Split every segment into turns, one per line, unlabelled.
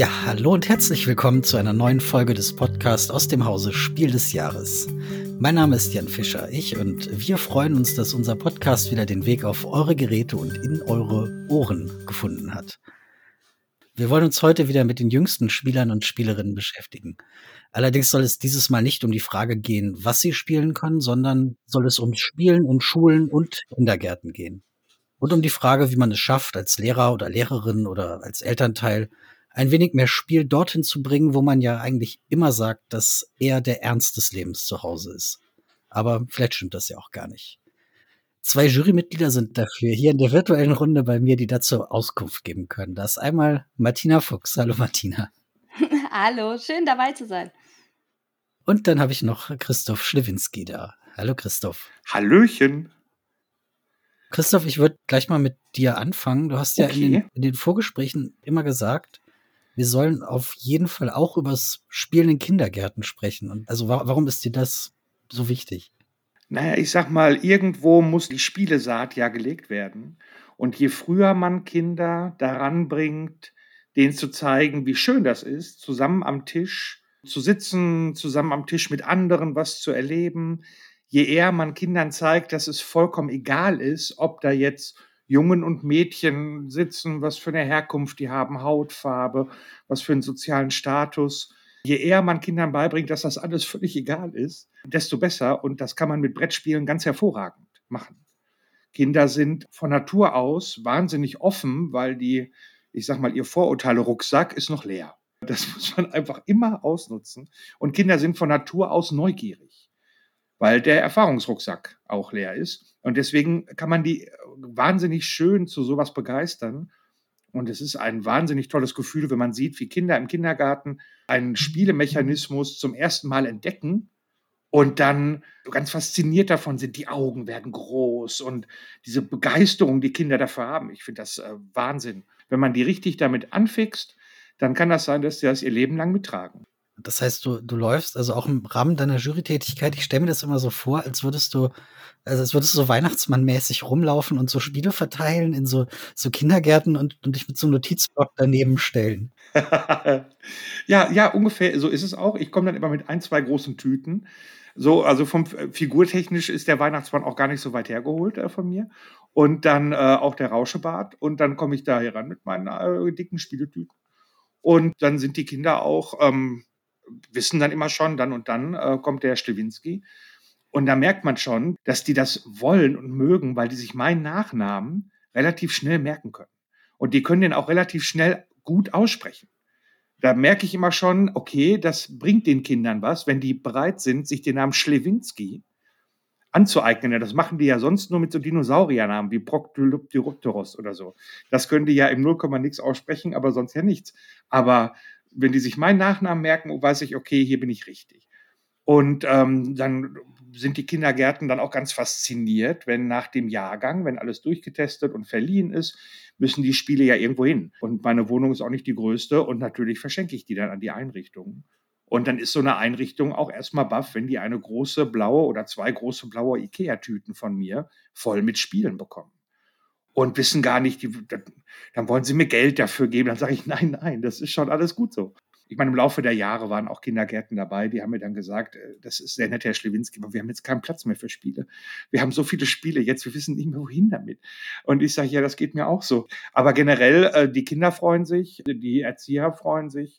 Ja, hallo und herzlich willkommen zu einer neuen Folge des Podcasts aus dem Hause Spiel des Jahres. Mein Name ist Jan Fischer, und wir freuen uns, dass unser Podcast wieder den Weg auf eure Geräte und in eure Ohren gefunden hat. Wir wollen uns heute wieder mit den jüngsten Spielern und Spielerinnen beschäftigen. Allerdings soll es dieses Mal nicht um die Frage gehen, was sie spielen können, sondern soll es ums Spielen in Schulen und Kindergärten gehen. Und um die Frage, wie man es schafft, als Lehrer oder Lehrerin oder als Elternteil ein wenig mehr Spiel dorthin zu bringen, wo man ja eigentlich immer sagt, dass eher der Ernst des Lebens zu Hause ist. Aber vielleicht stimmt das ja auch gar nicht. 2 Jurymitglieder sind dafür hier in der virtuellen Runde bei mir, die dazu Auskunft geben können. Da ist einmal Martina Fuchs. Hallo Martina.
Hallo, schön dabei zu sein.
Und dann habe ich noch Christoph Schlewinski da. Hallo Christoph.
Hallöchen.
Christoph, ich würde gleich mal mit dir anfangen. Du hast ja
Okay.
in den Vorgesprächen immer gesagt, wir sollen auf jeden Fall auch übers Spielen in Kindergärten sprechen. Und also warum ist dir das so wichtig?
Naja, ich sag mal, irgendwo muss die Spielesaat ja gelegt werden. Und je früher man Kinder daran bringt, denen zu zeigen, wie schön das ist, zusammen am Tisch zu sitzen, zusammen am Tisch mit anderen was zu erleben, je eher man Kindern zeigt, dass es vollkommen egal ist, ob da jetzt Jungen und Mädchen sitzen, was für eine Herkunft die haben, Hautfarbe, was für einen sozialen Status. Je eher man Kindern beibringt, dass das alles völlig egal ist, desto besser. Und das kann man mit Brettspielen ganz hervorragend machen. Kinder sind von Natur aus wahnsinnig offen, weil ich sag mal, ihr Vorurteile-Rucksack ist noch leer. Das muss man einfach immer ausnutzen. Und Kinder sind von Natur aus neugierig, weil der Erfahrungsrucksack auch leer ist. Und deswegen kann man die wahnsinnig schön zu sowas begeistern. Und es ist ein wahnsinnig tolles Gefühl, wenn man sieht, wie Kinder im Kindergarten einen Spielemechanismus zum ersten Mal entdecken und dann ganz fasziniert davon sind. Die Augen werden groß und diese Begeisterung, die Kinder dafür haben. Ich finde das Wahnsinn. Wenn man die richtig damit anfixt, dann kann das sein, dass sie das ihr Leben lang mittragen.
Das heißt, du läufst also auch im Rahmen deiner Jurytätigkeit, ich stelle mir das immer so vor, als würdest du so Weihnachtsmannmäßig rumlaufen und so Spiele verteilen in so Kindergärten und dich mit so einem Notizblock daneben stellen.
Ja, ungefähr so ist es auch. Ich komme dann immer mit 1, 2 großen Tüten. So, also vom figurtechnisch ist der Weihnachtsmann auch gar nicht so weit hergeholt von mir. Und dann auch der Rauschebart. Und dann komme ich da heran mit meinen dicken Spieletüten. Und dann sind die Kinder auch, wissen dann immer schon, dann und dann kommt der Schlewinski. Und da merkt man schon, dass die das wollen und mögen, weil die sich meinen Nachnamen relativ schnell merken können. Und die können den auch relativ schnell gut aussprechen. Da merke ich immer schon, okay, das bringt den Kindern was, wenn die bereit sind, sich den Namen Schlewinski anzueignen. Das machen die ja sonst nur mit so Dinosauriernamen wie Proctolopteropteros oder so. Das können die ja im Nullkomma nix aussprechen, aber sonst ja nichts. Aber wenn die sich meinen Nachnamen merken, weiß ich, okay, hier bin ich richtig. Und dann sind die Kindergärten dann auch ganz fasziniert, wenn nach dem Jahrgang, wenn alles durchgetestet und verliehen ist, müssen die Spiele ja irgendwo hin. Und meine Wohnung ist auch nicht die größte und natürlich verschenke ich die dann an die Einrichtungen. Und dann ist so eine Einrichtung auch erstmal baff, wenn die eine große blaue oder 2 große blaue Ikea-Tüten von mir voll mit Spielen bekommen. Und wissen gar nicht, dann wollen sie mir Geld dafür geben. Dann sage ich, nein, das ist schon alles gut so. Ich meine, im Laufe der Jahre waren auch Kindergärten dabei, die haben mir dann gesagt, das ist sehr nett, Herr Schlewinski, aber wir haben jetzt keinen Platz mehr für Spiele. Wir haben so viele Spiele jetzt, wir wissen nicht mehr, wohin damit. Und ich sage, ja, das geht mir auch so. Aber generell, die Kinder freuen sich, die Erzieher freuen sich.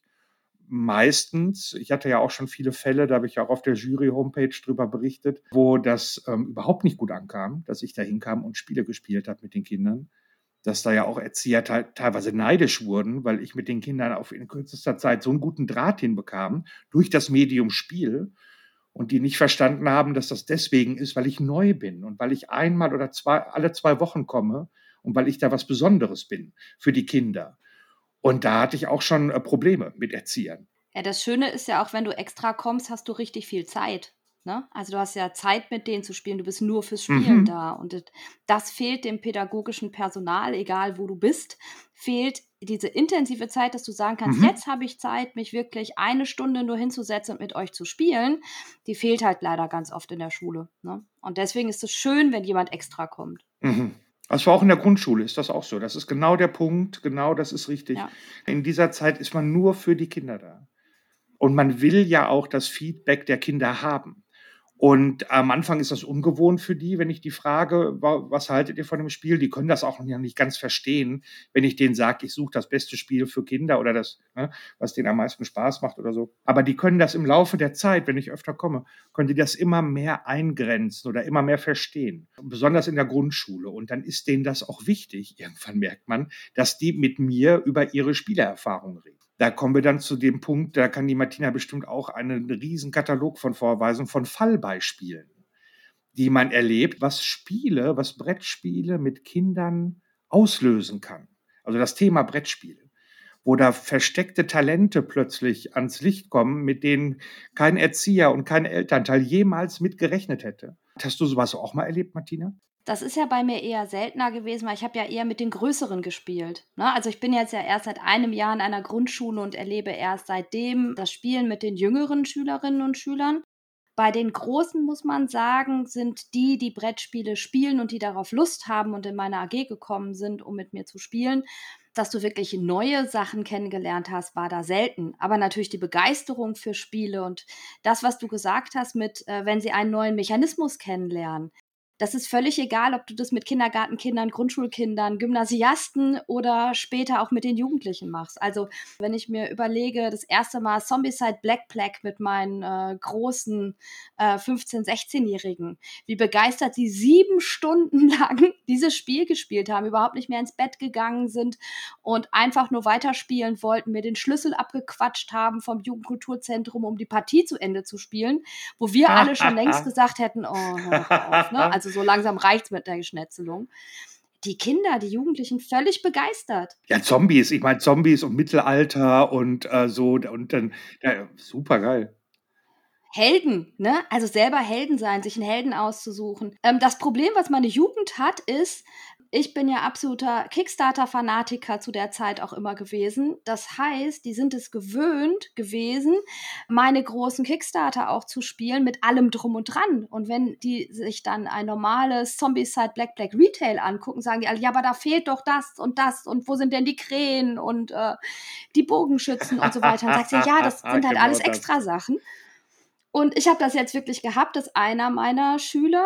Meistens, ich hatte ja auch schon viele Fälle, da habe ich ja auch auf der Jury-Homepage drüber berichtet, wo das überhaupt nicht gut ankam, dass ich da hinkam und Spiele gespielt habe mit den Kindern. Dass da ja auch Erzieher teilweise neidisch wurden, weil ich mit den Kindern in kürzester Zeit so einen guten Draht hinbekam durch das Medium Spiel und die nicht verstanden haben, dass das deswegen ist, weil ich neu bin und weil ich einmal oder alle 2 Wochen komme und weil ich da was Besonderes bin für die Kinder. Und da hatte ich auch schon Probleme mit Erziehern.
Ja, das Schöne ist ja auch, wenn du extra kommst, hast du richtig viel Zeit. Ne? Also du hast ja Zeit, mit denen zu spielen. Du bist nur fürs Spielen da. Und das fehlt dem pädagogischen Personal, egal wo du bist, fehlt diese intensive Zeit, dass du sagen kannst, jetzt habe ich Zeit, mich wirklich 1 Stunde nur hinzusetzen und mit euch zu spielen. Die fehlt halt leider ganz oft in der Schule. Ne? Und deswegen ist es schön, wenn jemand extra kommt.
Das war auch in der Grundschule, ist das auch so. Das ist genau der Punkt, genau das ist richtig.
Ja.
In dieser Zeit ist man nur für die Kinder da. Und man will ja auch das Feedback der Kinder haben. Und am Anfang ist das ungewohnt für die, wenn ich die frage, was haltet ihr von dem Spiel? Die können das auch noch nicht ganz verstehen, wenn ich denen sage, ich suche das beste Spiel für Kinder oder das, ne, was denen am meisten Spaß macht oder so. Aber die können das im Laufe der Zeit, wenn ich öfter komme, können die das immer mehr eingrenzen oder immer mehr verstehen. Besonders in der Grundschule. Und dann ist denen das auch wichtig. Irgendwann merkt man, dass die mit mir über ihre Spielerfahrungen reden. Da kommen wir dann zu dem Punkt, da kann die Martina bestimmt auch einen riesen Katalog von vorweisen, von Fallbeispielen, die man erlebt, was Brettspiele mit Kindern auslösen kann. Also das Thema Brettspiele, wo da versteckte Talente plötzlich ans Licht kommen, mit denen kein Erzieher und kein Elternteil jemals mit gerechnet hätte. Hast du sowas auch mal erlebt, Martina?
Das ist ja bei mir eher seltener gewesen, weil ich habe ja eher mit den Größeren gespielt. Ne? Also ich bin jetzt ja erst seit einem Jahr in einer Grundschule und erlebe erst seitdem das Spielen mit den jüngeren Schülerinnen und Schülern. Bei den Großen muss man sagen, sind die Brettspiele spielen und die darauf Lust haben und in meine AG gekommen sind, um mit mir zu spielen. Dass du wirklich neue Sachen kennengelernt hast, war da selten. Aber natürlich die Begeisterung für Spiele und das, was du gesagt hast mit, wenn sie einen neuen Mechanismus kennenlernen. Das ist völlig egal, ob du das mit Kindergartenkindern, Grundschulkindern, Gymnasiasten oder später auch mit den Jugendlichen machst. Also wenn ich mir überlege, das erste Mal Zombicide Black Plague mit meinen großen 15-, 16-Jährigen, wie begeistert sie 7 Stunden lang dieses Spiel gespielt haben, überhaupt nicht mehr ins Bett gegangen sind und einfach nur weiterspielen wollten, mir den Schlüssel abgequatscht haben vom Jugendkulturzentrum, um die Partie zu Ende zu spielen, wo wir alle schon längst gesagt hätten, oh, hör auf, ne? Also so langsam reicht's mit der Geschnetzelung. Die Kinder, die Jugendlichen völlig begeistert.
Ja, Zombies. Ich meine, Zombies und Mittelalter und so. Und dann, ja, super geil.
Helden, ne? Also selber Helden sein, sich einen Helden auszusuchen. Das Problem, was meine Jugend hat, ist, ich bin ja absoluter Kickstarter-Fanatiker zu der Zeit auch immer gewesen. Das heißt, die sind es gewöhnt gewesen, meine großen Kickstarter auch zu spielen mit allem drum und dran. Und wenn die sich dann ein normales Zombicide Black Plague Retail angucken, sagen die alle, ja, aber da fehlt doch das und wo sind denn die Krähen und die Bogenschützen und so weiter. Dann sagst du, ja, das sind halt
Genau
alles
das.
extra Sachen. Und ich habe das jetzt wirklich gehabt, dass einer meiner Schüler,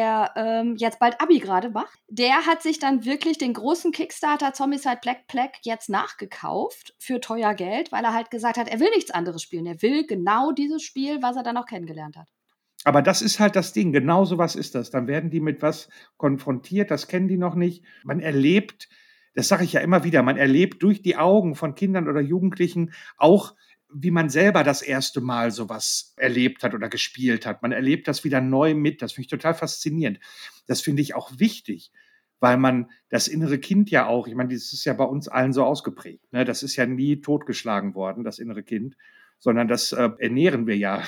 der jetzt bald Abi gerade macht, der hat sich dann wirklich den großen Kickstarter Zombicide Black Plague jetzt nachgekauft für teuer Geld, weil er halt gesagt hat, er will nichts anderes spielen. Er will genau dieses Spiel, was er dann auch kennengelernt hat.
Aber das ist halt das Ding, genau so was ist das. Dann werden die mit was konfrontiert, das kennen die noch nicht. Man erlebt, das sage ich ja immer wieder, man erlebt durch die Augen von Kindern oder Jugendlichen auch, wie man selber das erste Mal sowas erlebt hat oder gespielt hat. Man erlebt das wieder neu mit. Das finde ich total faszinierend. Das finde ich auch wichtig, weil man das innere Kind ja auch, ich meine, das ist ja bei uns allen so ausgeprägt. Ne? Das ist ja nie totgeschlagen worden, das innere Kind, sondern das ernähren wir ja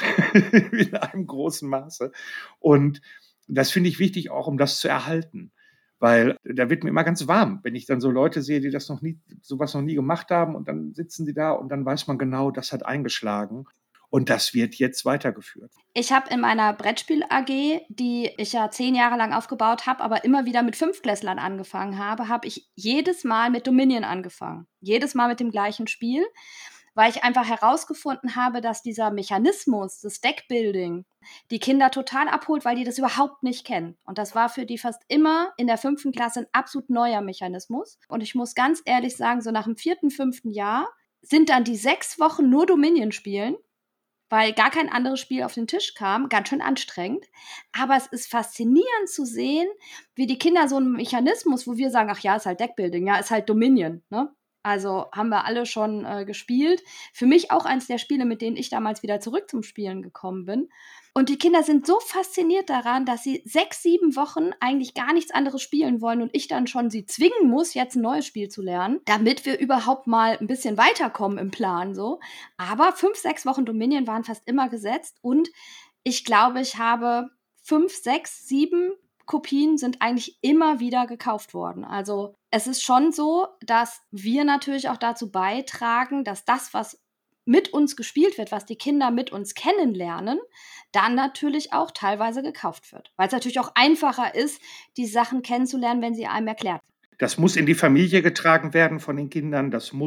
in einem großen Maße. Und das finde ich wichtig auch, um das zu erhalten. Weil da wird mir immer ganz warm, wenn ich dann so Leute sehe, die das sowas noch nie gemacht haben und dann sitzen sie da und dann weiß man genau, das hat eingeschlagen und das wird jetzt weitergeführt.
Ich habe in meiner Brettspiel-AG, die ich ja 10 Jahre lang aufgebaut habe, aber immer wieder mit 5-Klässlern angefangen habe ich jedes Mal mit Dominion angefangen. Jedes Mal mit dem gleichen Spiel, weil ich einfach herausgefunden habe, dass dieser Mechanismus, das Deckbuilding, die Kinder total abholt, weil die das überhaupt nicht kennen. Und das war für die fast immer in der 5. Klasse ein absolut neuer Mechanismus. Und ich muss ganz ehrlich sagen, so nach dem 4., 5. Jahr sind dann die 6 Wochen nur Dominion spielen, weil gar kein anderes Spiel auf den Tisch kam, ganz schön anstrengend. Aber es ist faszinierend zu sehen, wie die Kinder so einen Mechanismus, wo wir sagen, ach ja, ist halt Deckbuilding, ja, ist halt Dominion, ne? Also haben wir alle schon gespielt. Für mich auch eins der Spiele, mit denen ich damals wieder zurück zum Spielen gekommen bin. Und die Kinder sind so fasziniert daran, dass sie 6, 7 Wochen eigentlich gar nichts anderes spielen wollen und ich dann schon sie zwingen muss, jetzt ein neues Spiel zu lernen, damit wir überhaupt mal ein bisschen weiterkommen im Plan so. Aber 5, 6 Wochen Dominion waren fast immer gesetzt und ich glaube, ich habe 5, 6, 7 Kopien sind eigentlich immer wieder gekauft worden. Also es ist schon so, dass wir natürlich auch dazu beitragen, dass das, was mit uns gespielt wird, was die Kinder mit uns kennenlernen, dann natürlich auch teilweise gekauft wird. Weil es natürlich auch einfacher ist, die Sachen kennenzulernen, wenn sie einem erklärt werden.
Das muss in die Familie getragen werden von den Kindern.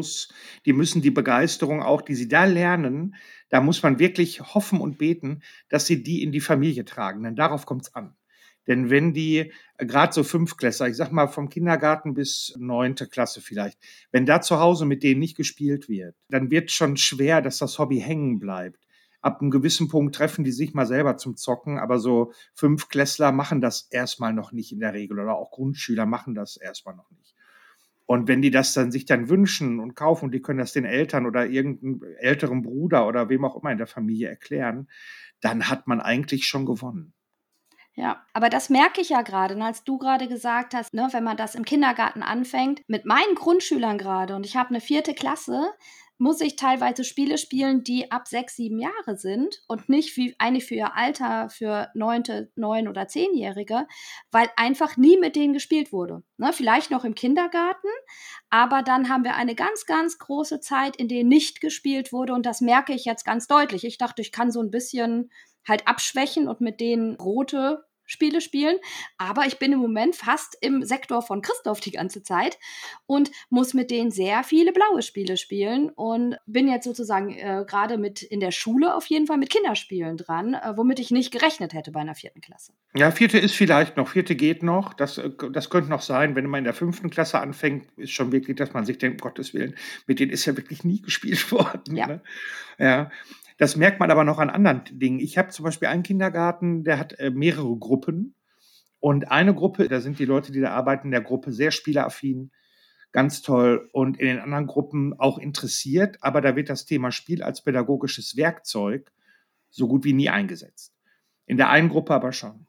Die müssen die Begeisterung auch, die sie da lernen, da muss man wirklich hoffen und beten, dass sie die in die Familie tragen. Denn darauf kommt es an. Denn wenn die, gerade so Fünftklässler, ich sag mal vom Kindergarten bis 9. Klasse vielleicht, wenn da zu Hause mit denen nicht gespielt wird, dann wird schon schwer, dass das Hobby hängen bleibt. Ab einem gewissen Punkt treffen die sich mal selber zum Zocken, aber so Fünftklässler machen das erstmal noch nicht in der Regel oder auch Grundschüler machen das erstmal noch nicht. Und wenn die das dann sich dann wünschen und kaufen und die können das den Eltern oder irgendeinem älteren Bruder oder wem auch immer in der Familie erklären, dann hat man eigentlich schon gewonnen.
Ja, aber das merke ich ja gerade, als du gerade gesagt hast, ne, wenn man das im Kindergarten anfängt, mit meinen Grundschülern gerade, und ich habe eine 4. Klasse, muss ich teilweise Spiele spielen, die ab 6, 7 Jahre sind und nicht wie eine für ihr Alter, für 9 oder 10-Jährige, weil einfach nie mit denen gespielt wurde. Ne, vielleicht noch im Kindergarten, aber dann haben wir eine ganz, ganz große Zeit, in der nicht gespielt wurde, und das merke ich jetzt ganz deutlich. Ich dachte, ich kann so ein bisschen halt abschwächen und mit denen rote Spiele spielen, aber ich bin im Moment fast im Sektor von Christoph die ganze Zeit und muss mit denen sehr viele blaue Spiele spielen und bin jetzt sozusagen gerade mit in der Schule auf jeden Fall mit Kinderspielen dran, womit ich nicht gerechnet hätte bei einer 4. Klasse.
Ja, 4. ist vielleicht noch, 4. geht noch, das könnte noch sein, wenn man in der 5. Klasse anfängt, ist schon wirklich, dass man sich denkt, um Gottes Willen, mit denen ist ja wirklich nie gespielt worden.
Ja.
Ne? Ja. Das merkt man aber noch an anderen Dingen. Ich habe zum Beispiel einen Kindergarten, der hat mehrere Gruppen. Und eine Gruppe, da sind die Leute, die da arbeiten, in der Gruppe sehr spieleraffin, ganz toll. Und in den anderen Gruppen auch interessiert. Aber da wird das Thema Spiel als pädagogisches Werkzeug so gut wie nie eingesetzt. In der einen Gruppe aber schon.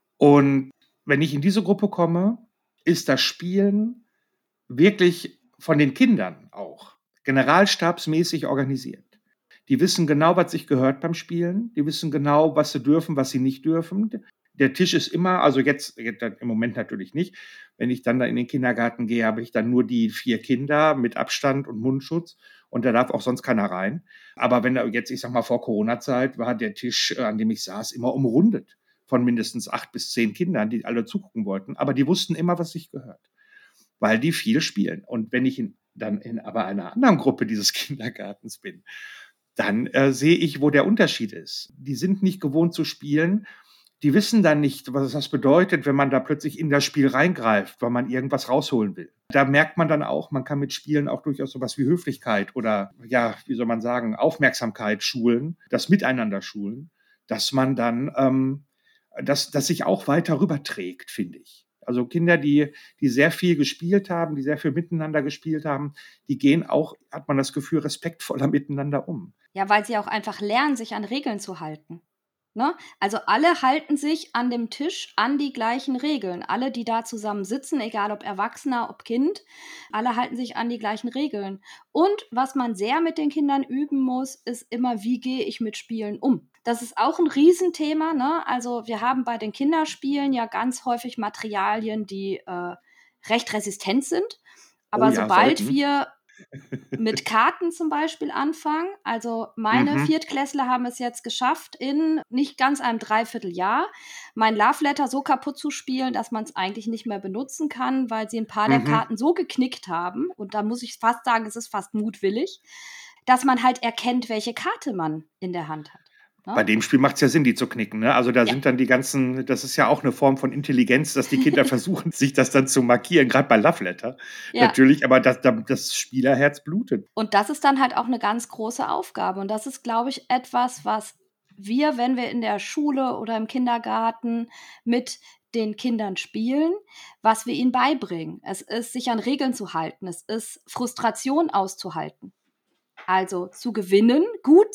Und wenn ich in diese Gruppe komme, ist das Spielen wirklich von den Kindern auch generalstabsmäßig organisiert. Die wissen genau, was sich gehört beim Spielen. Die wissen genau, was sie dürfen, was sie nicht dürfen. Der Tisch ist immer, also jetzt im Moment natürlich nicht. Wenn ich dann da in den Kindergarten gehe, habe ich dann nur die 4 Kinder mit Abstand und Mundschutz. Und da darf auch sonst keiner rein. Aber wenn da jetzt, ich sag mal, vor Corona-Zeit war der Tisch, an dem ich saß, immer umrundet von mindestens 8 bis 10 Kindern, die alle zugucken wollten. Aber die wussten immer, was sich gehört, weil die viel spielen. Und wenn ich dann in aber einer anderen Gruppe dieses Kindergartens bin, dann sehe ich, wo der Unterschied ist. Die sind nicht gewohnt zu spielen. Die wissen dann nicht, was das bedeutet, wenn man da plötzlich in das Spiel reingreift, weil man irgendwas rausholen will. Da merkt man dann auch, man kann mit Spielen auch durchaus sowas wie Höflichkeit oder, ja, wie soll man sagen, Aufmerksamkeit schulen, das Miteinander schulen, dass man dann, das sich auch weiter rüberträgt, finde ich. Also Kinder, die sehr viel gespielt haben, die sehr viel miteinander gespielt haben, die gehen auch, hat man das Gefühl, respektvoller miteinander um.
Ja, weil sie auch einfach lernen, sich an Regeln zu halten. Ne? Also alle halten sich an dem Tisch an die gleichen Regeln. Alle, die da zusammen sitzen, egal ob Erwachsener, ob Kind, alle halten sich an die gleichen Regeln. Und was man sehr mit den Kindern üben muss, ist immer, wie gehe ich mit Spielen um? Das ist auch ein Riesenthema. Ne? Also wir haben bei den Kinderspielen ja ganz häufig Materialien, die recht resistent sind. Aber
Oh ja,
sobald
sollten.
wir mit Karten zum Beispiel anfangen. Also meine Viertklässler haben es jetzt geschafft, in nicht ganz einem Dreivierteljahr mein Love Letter so kaputt zu spielen, dass man es eigentlich nicht mehr benutzen kann, weil sie ein paar der Karten so geknickt haben. Und da muss ich fast sagen, es ist fast mutwillig, dass man halt erkennt, welche Karte man in der Hand hat. Ne?
Bei dem Spiel macht es ja Sinn, die zu knicken. Ne? Also da
Ja.
sind dann die ganzen, das ist ja auch eine Form von Intelligenz, dass die Kinder versuchen, sich das dann zu markieren, gerade bei Love Letter.
Ja.
Natürlich, aber das Spielerherz blutet.
Und das ist dann halt auch eine ganz große Aufgabe. Und das ist, glaube ich, etwas, was wir, wenn wir in der Schule oder im Kindergarten mit den Kindern spielen, was wir ihnen beibringen. Es ist, sich an Regeln zu halten. Es ist, Frustration auszuhalten. Also zu gewinnen, gut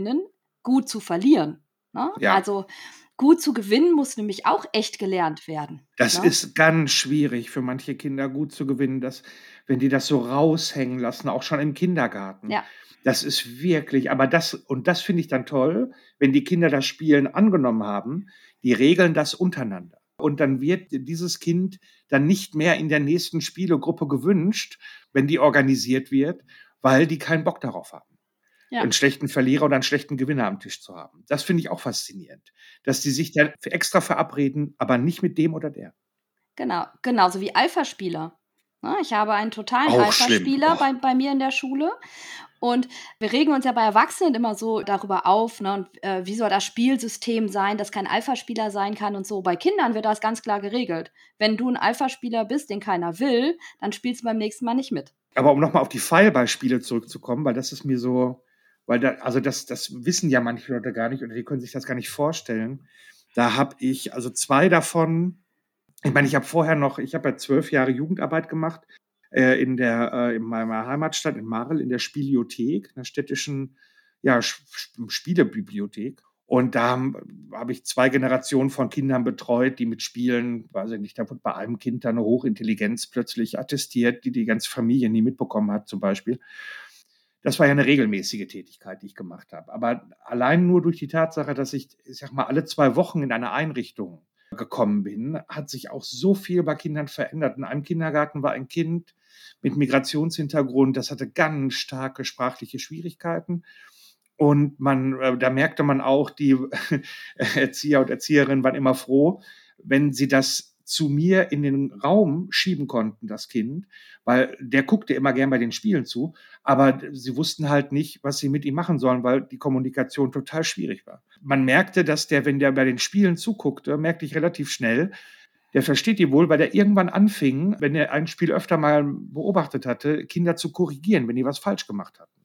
zu verlieren. Ne?
Ja.
Also gut zu gewinnen muss nämlich auch echt gelernt werden.
Das
Ne?
ist ganz schwierig für manche Kinder, gut zu gewinnen, wenn die das so raushängen lassen, auch schon im Kindergarten.
Ja.
Das ist wirklich, aber das finde ich dann toll, wenn die Kinder das Spielen angenommen haben, die regeln das untereinander. Und dann wird dieses Kind dann nicht mehr in der nächsten Spielegruppe gewünscht, wenn die organisiert wird, weil die keinen Bock darauf haben.
Ja.
einen schlechten Verlierer oder einen schlechten Gewinner am Tisch zu haben. Das finde ich auch faszinierend, dass die sich dann extra verabreden, aber nicht mit dem oder der.
Genau, genauso wie Alpha-Spieler. Ne, ich habe einen totalen
Auch schlimm.
Alpha-Spieler
Oh.
bei mir in der Schule und wir regen uns ja bei Erwachsenen immer so darüber auf, ne, und, wie soll das Spielsystem sein, dass kein Alpha-Spieler sein kann und so. Bei Kindern wird das ganz klar geregelt. Wenn du 'n Alpha-Spieler bist, den keiner will, dann spielst du beim nächsten Mal nicht mit.
Aber um nochmal auf die Fallbeispiele zurückzukommen, weil das ist mir so, weil also das wissen ja manche Leute gar nicht oder die können sich das gar nicht vorstellen. Da habe ich also 2 davon. Ich meine, ich habe ja 12 Jahre Jugendarbeit gemacht, in meiner Heimatstadt in Marl in der Spieliothek, 'ner städtischen, ja, Spielebibliothek. Und da habe ich 2 Generationen von Kindern betreut, die mit Spielen, weiß ich nicht, da wurde bei einem Kind dann 'ne Hochintelligenz plötzlich attestiert, die die ganze Familie nie mitbekommen hat zum Beispiel. Das war ja 'ne regelmäßige Tätigkeit, die ich gemacht habe. Aber allein nur durch die Tatsache, dass ich sage mal, alle 2 Wochen in eine Einrichtung gekommen bin, hat sich auch so viel bei Kindern verändert. In einem Kindergarten war ein Kind mit Migrationshintergrund, das hatte ganz starke sprachliche Schwierigkeiten. Und da merkte man auch, die Erzieher und Erzieherinnen waren immer froh, wenn sie das zu mir in den Raum schieben konnten, das Kind, weil der guckte immer gern bei den Spielen zu, aber sie wussten halt nicht, was sie mit ihm machen sollen, weil die Kommunikation total schwierig war. Man merkte, dass wenn der bei den Spielen zuguckte, merkte ich relativ schnell, der versteht die wohl, weil der irgendwann anfing, wenn er ein Spiel öfter mal beobachtet hatte, Kinder zu korrigieren, wenn die was falsch gemacht hatten.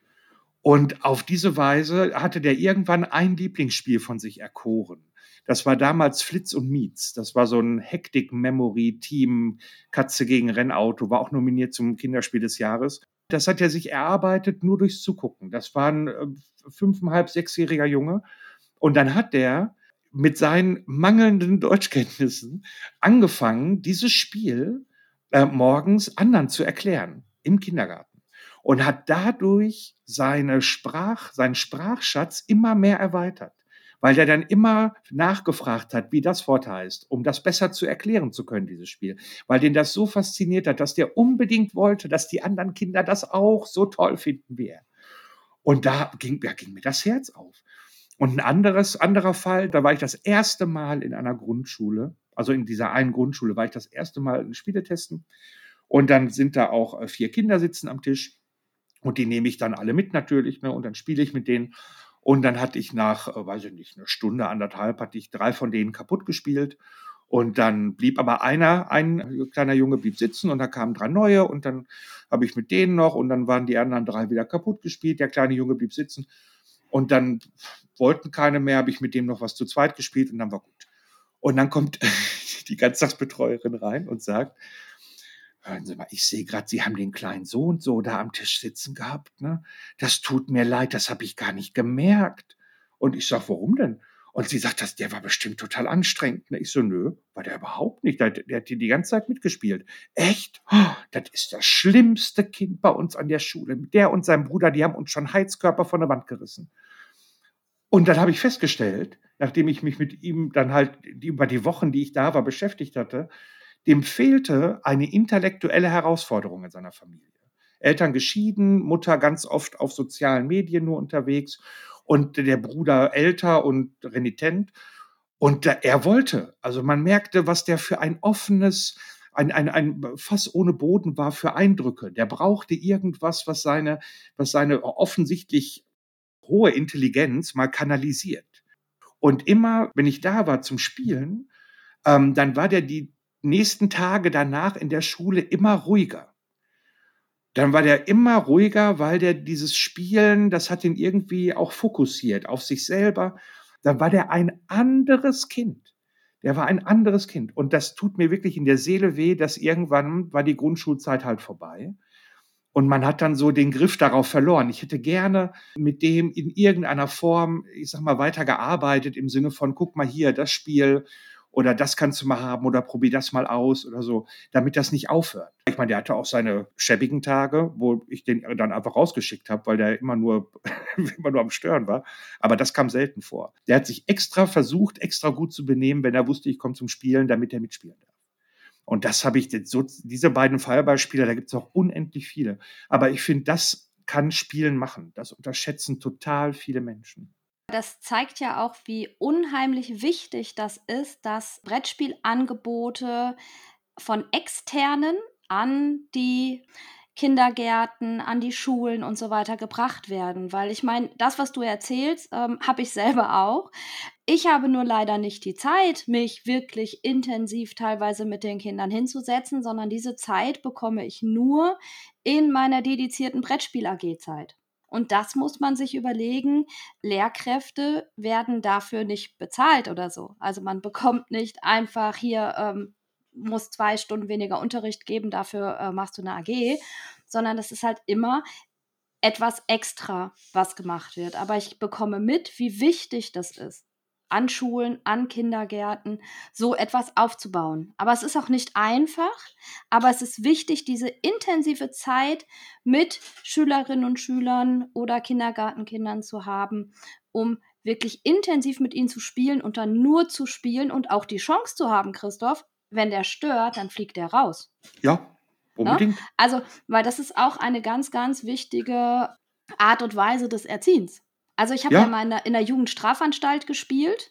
Und auf diese Weise hatte der irgendwann ein Lieblingsspiel von sich erkoren. Das war damals Flitz und Mietz. Das war so 'n Hektik-Memory-Team, Katze gegen Rennauto, war auch nominiert zum Kinderspiel des Jahres. Das hat er sich erarbeitet nur durchs Zugucken. Das war 'n 5,5, 6-jähriger Junge. Und dann hat der mit seinen mangelnden Deutschkenntnissen angefangen, dieses Spiel morgens anderen zu erklären im Kindergarten und hat dadurch seinen Sprachschatz immer mehr erweitert, weil der dann immer nachgefragt hat, wie das Wort heißt, um das besser zu erklären zu können, dieses Spiel. Weil den das so fasziniert hat, dass der unbedingt wollte, dass die anderen Kinder das auch so toll finden wie er. Und da ging mir das Herz auf. Und anderer Fall, da war ich das erste Mal in einer Grundschule, also in dieser einen Grundschule war ich das erste Mal in Spiele testen. Und dann sind da auch 4 Kinder sitzen am Tisch. Und die nehme ich dann alle mit natürlich, ne, und dann spiele ich mit denen. Und dann hatte ich nach, weiß ich nicht, 'ne Stunde, 1,5 hatte ich 3 von denen kaputt gespielt. Und dann blieb aber ein kleiner Junge blieb sitzen und da kamen 3 neue und dann habe ich mit denen noch und dann waren die anderen 3 wieder kaputt gespielt. Der kleine Junge blieb sitzen und dann wollten keine mehr, habe ich mit dem noch was zu zweit gespielt und dann war gut. Und dann kommt die Ganztagsbetreuerin rein und sagt: „Hören Sie mal, ich sehe grad, Sie haben den kleinen so und so da am Tisch sitzen gehabt, ne? Das tut mir leid, das habe ich gar nicht gemerkt.“ Und ich sage: „Warum denn?“ Und sie sagt: „Der war bestimmt total anstrengend“, ne? Ich so: „Nö, war der überhaupt nicht. Der hat die ganze Zeit mitgespielt.“ „Echt? Das ist das schlimmste Kind bei uns an der Schule. Der und sein Bruder, die haben uns schon Heizkörper von der Wand gerissen.“ Und dann habe ich festgestellt, nachdem ich mich mit ihm dann halt über die Wochen, die ich da war, beschäftigt hatte, dem fehlte eine intellektuelle Herausforderung in seiner Familie. Eltern geschieden, Mutter ganz oft auf sozialen Medien nur unterwegs und der Bruder älter und renitent. Und er wollte. Also man merkte, was der für ein offenes, ein Fass ohne Boden war für Eindrücke. Der brauchte irgendwas, was seine offensichtlich hohe Intelligenz mal kanalisiert. Und immer, wenn ich da war zum Spielen, dann war der die nächsten Tage danach in der Schule immer ruhiger. Dann war der immer ruhiger, weil der dieses Spielen, das hat ihn irgendwie auch fokussiert auf sich selber. Dann war der ein anderes Kind. Der war ein anderes Kind. Und das tut mir wirklich in der Seele weh, dass irgendwann war die Grundschulzeit halt vorbei. Und man hat dann so den Griff darauf verloren. Ich hätte gerne mit dem in irgendeiner Form, ich sage mal, weitergearbeitet im Sinne von: „Guck mal hier, das Spiel oder das kannst du mal haben oder probier das mal aus“ oder so, damit das nicht aufhört. Ich meine, der hatte auch seine schäbigen Tage, wo ich den dann einfach rausgeschickt habe, weil der immer nur immer nur am Stören war. Aber das kam selten vor. Der hat sich extra versucht, extra gut zu benehmen, wenn er wusste, ich komme zum Spielen, damit er mitspielen darf. Und das habe ich jetzt so, diese beiden Fallbeispiele, da gibt's auch unendlich viele. Aber ich finde das kann Spielen machen. Das unterschätzen total viele Menschen.
Das zeigt ja auch, wie unheimlich wichtig das ist, dass Brettspielangebote von Externen an die Kindergärten, an die Schulen und so weiter gebracht werden. Weil ich meine, das, was du erzählst, habe ich selber auch. Ich habe nur leider nicht die Zeit, mich wirklich intensiv teilweise mit den Kindern hinzusetzen, sondern diese Zeit bekomme ich nur in meiner dedizierten Brettspiel-AG-Zeit. Und das muss man sich überlegen. Lehrkräfte werden dafür nicht bezahlt oder so. Also man bekommt nicht einfach hier, muss 2 Stunden weniger Unterricht geben, dafür machst du eine AG, sondern das ist halt immer etwas extra, was gemacht wird. Aber ich bekomme mit, wie wichtig das ist, an Schulen, an Kindergärten, so etwas aufzubauen. Aber es ist auch nicht einfach, aber es ist wichtig, diese intensive Zeit mit Schülerinnen und Schülern oder Kindergartenkindern zu haben, um wirklich intensiv mit ihnen zu spielen und dann nur zu spielen und auch die Chance zu haben, Christoph, wenn der stört, dann fliegt der raus.
Ja, unbedingt.
Ne? Also, weil das ist auch eine ganz, ganz wichtige Art und Weise des Erziehens. Also ich habe ja mal in der Jugendstrafanstalt gespielt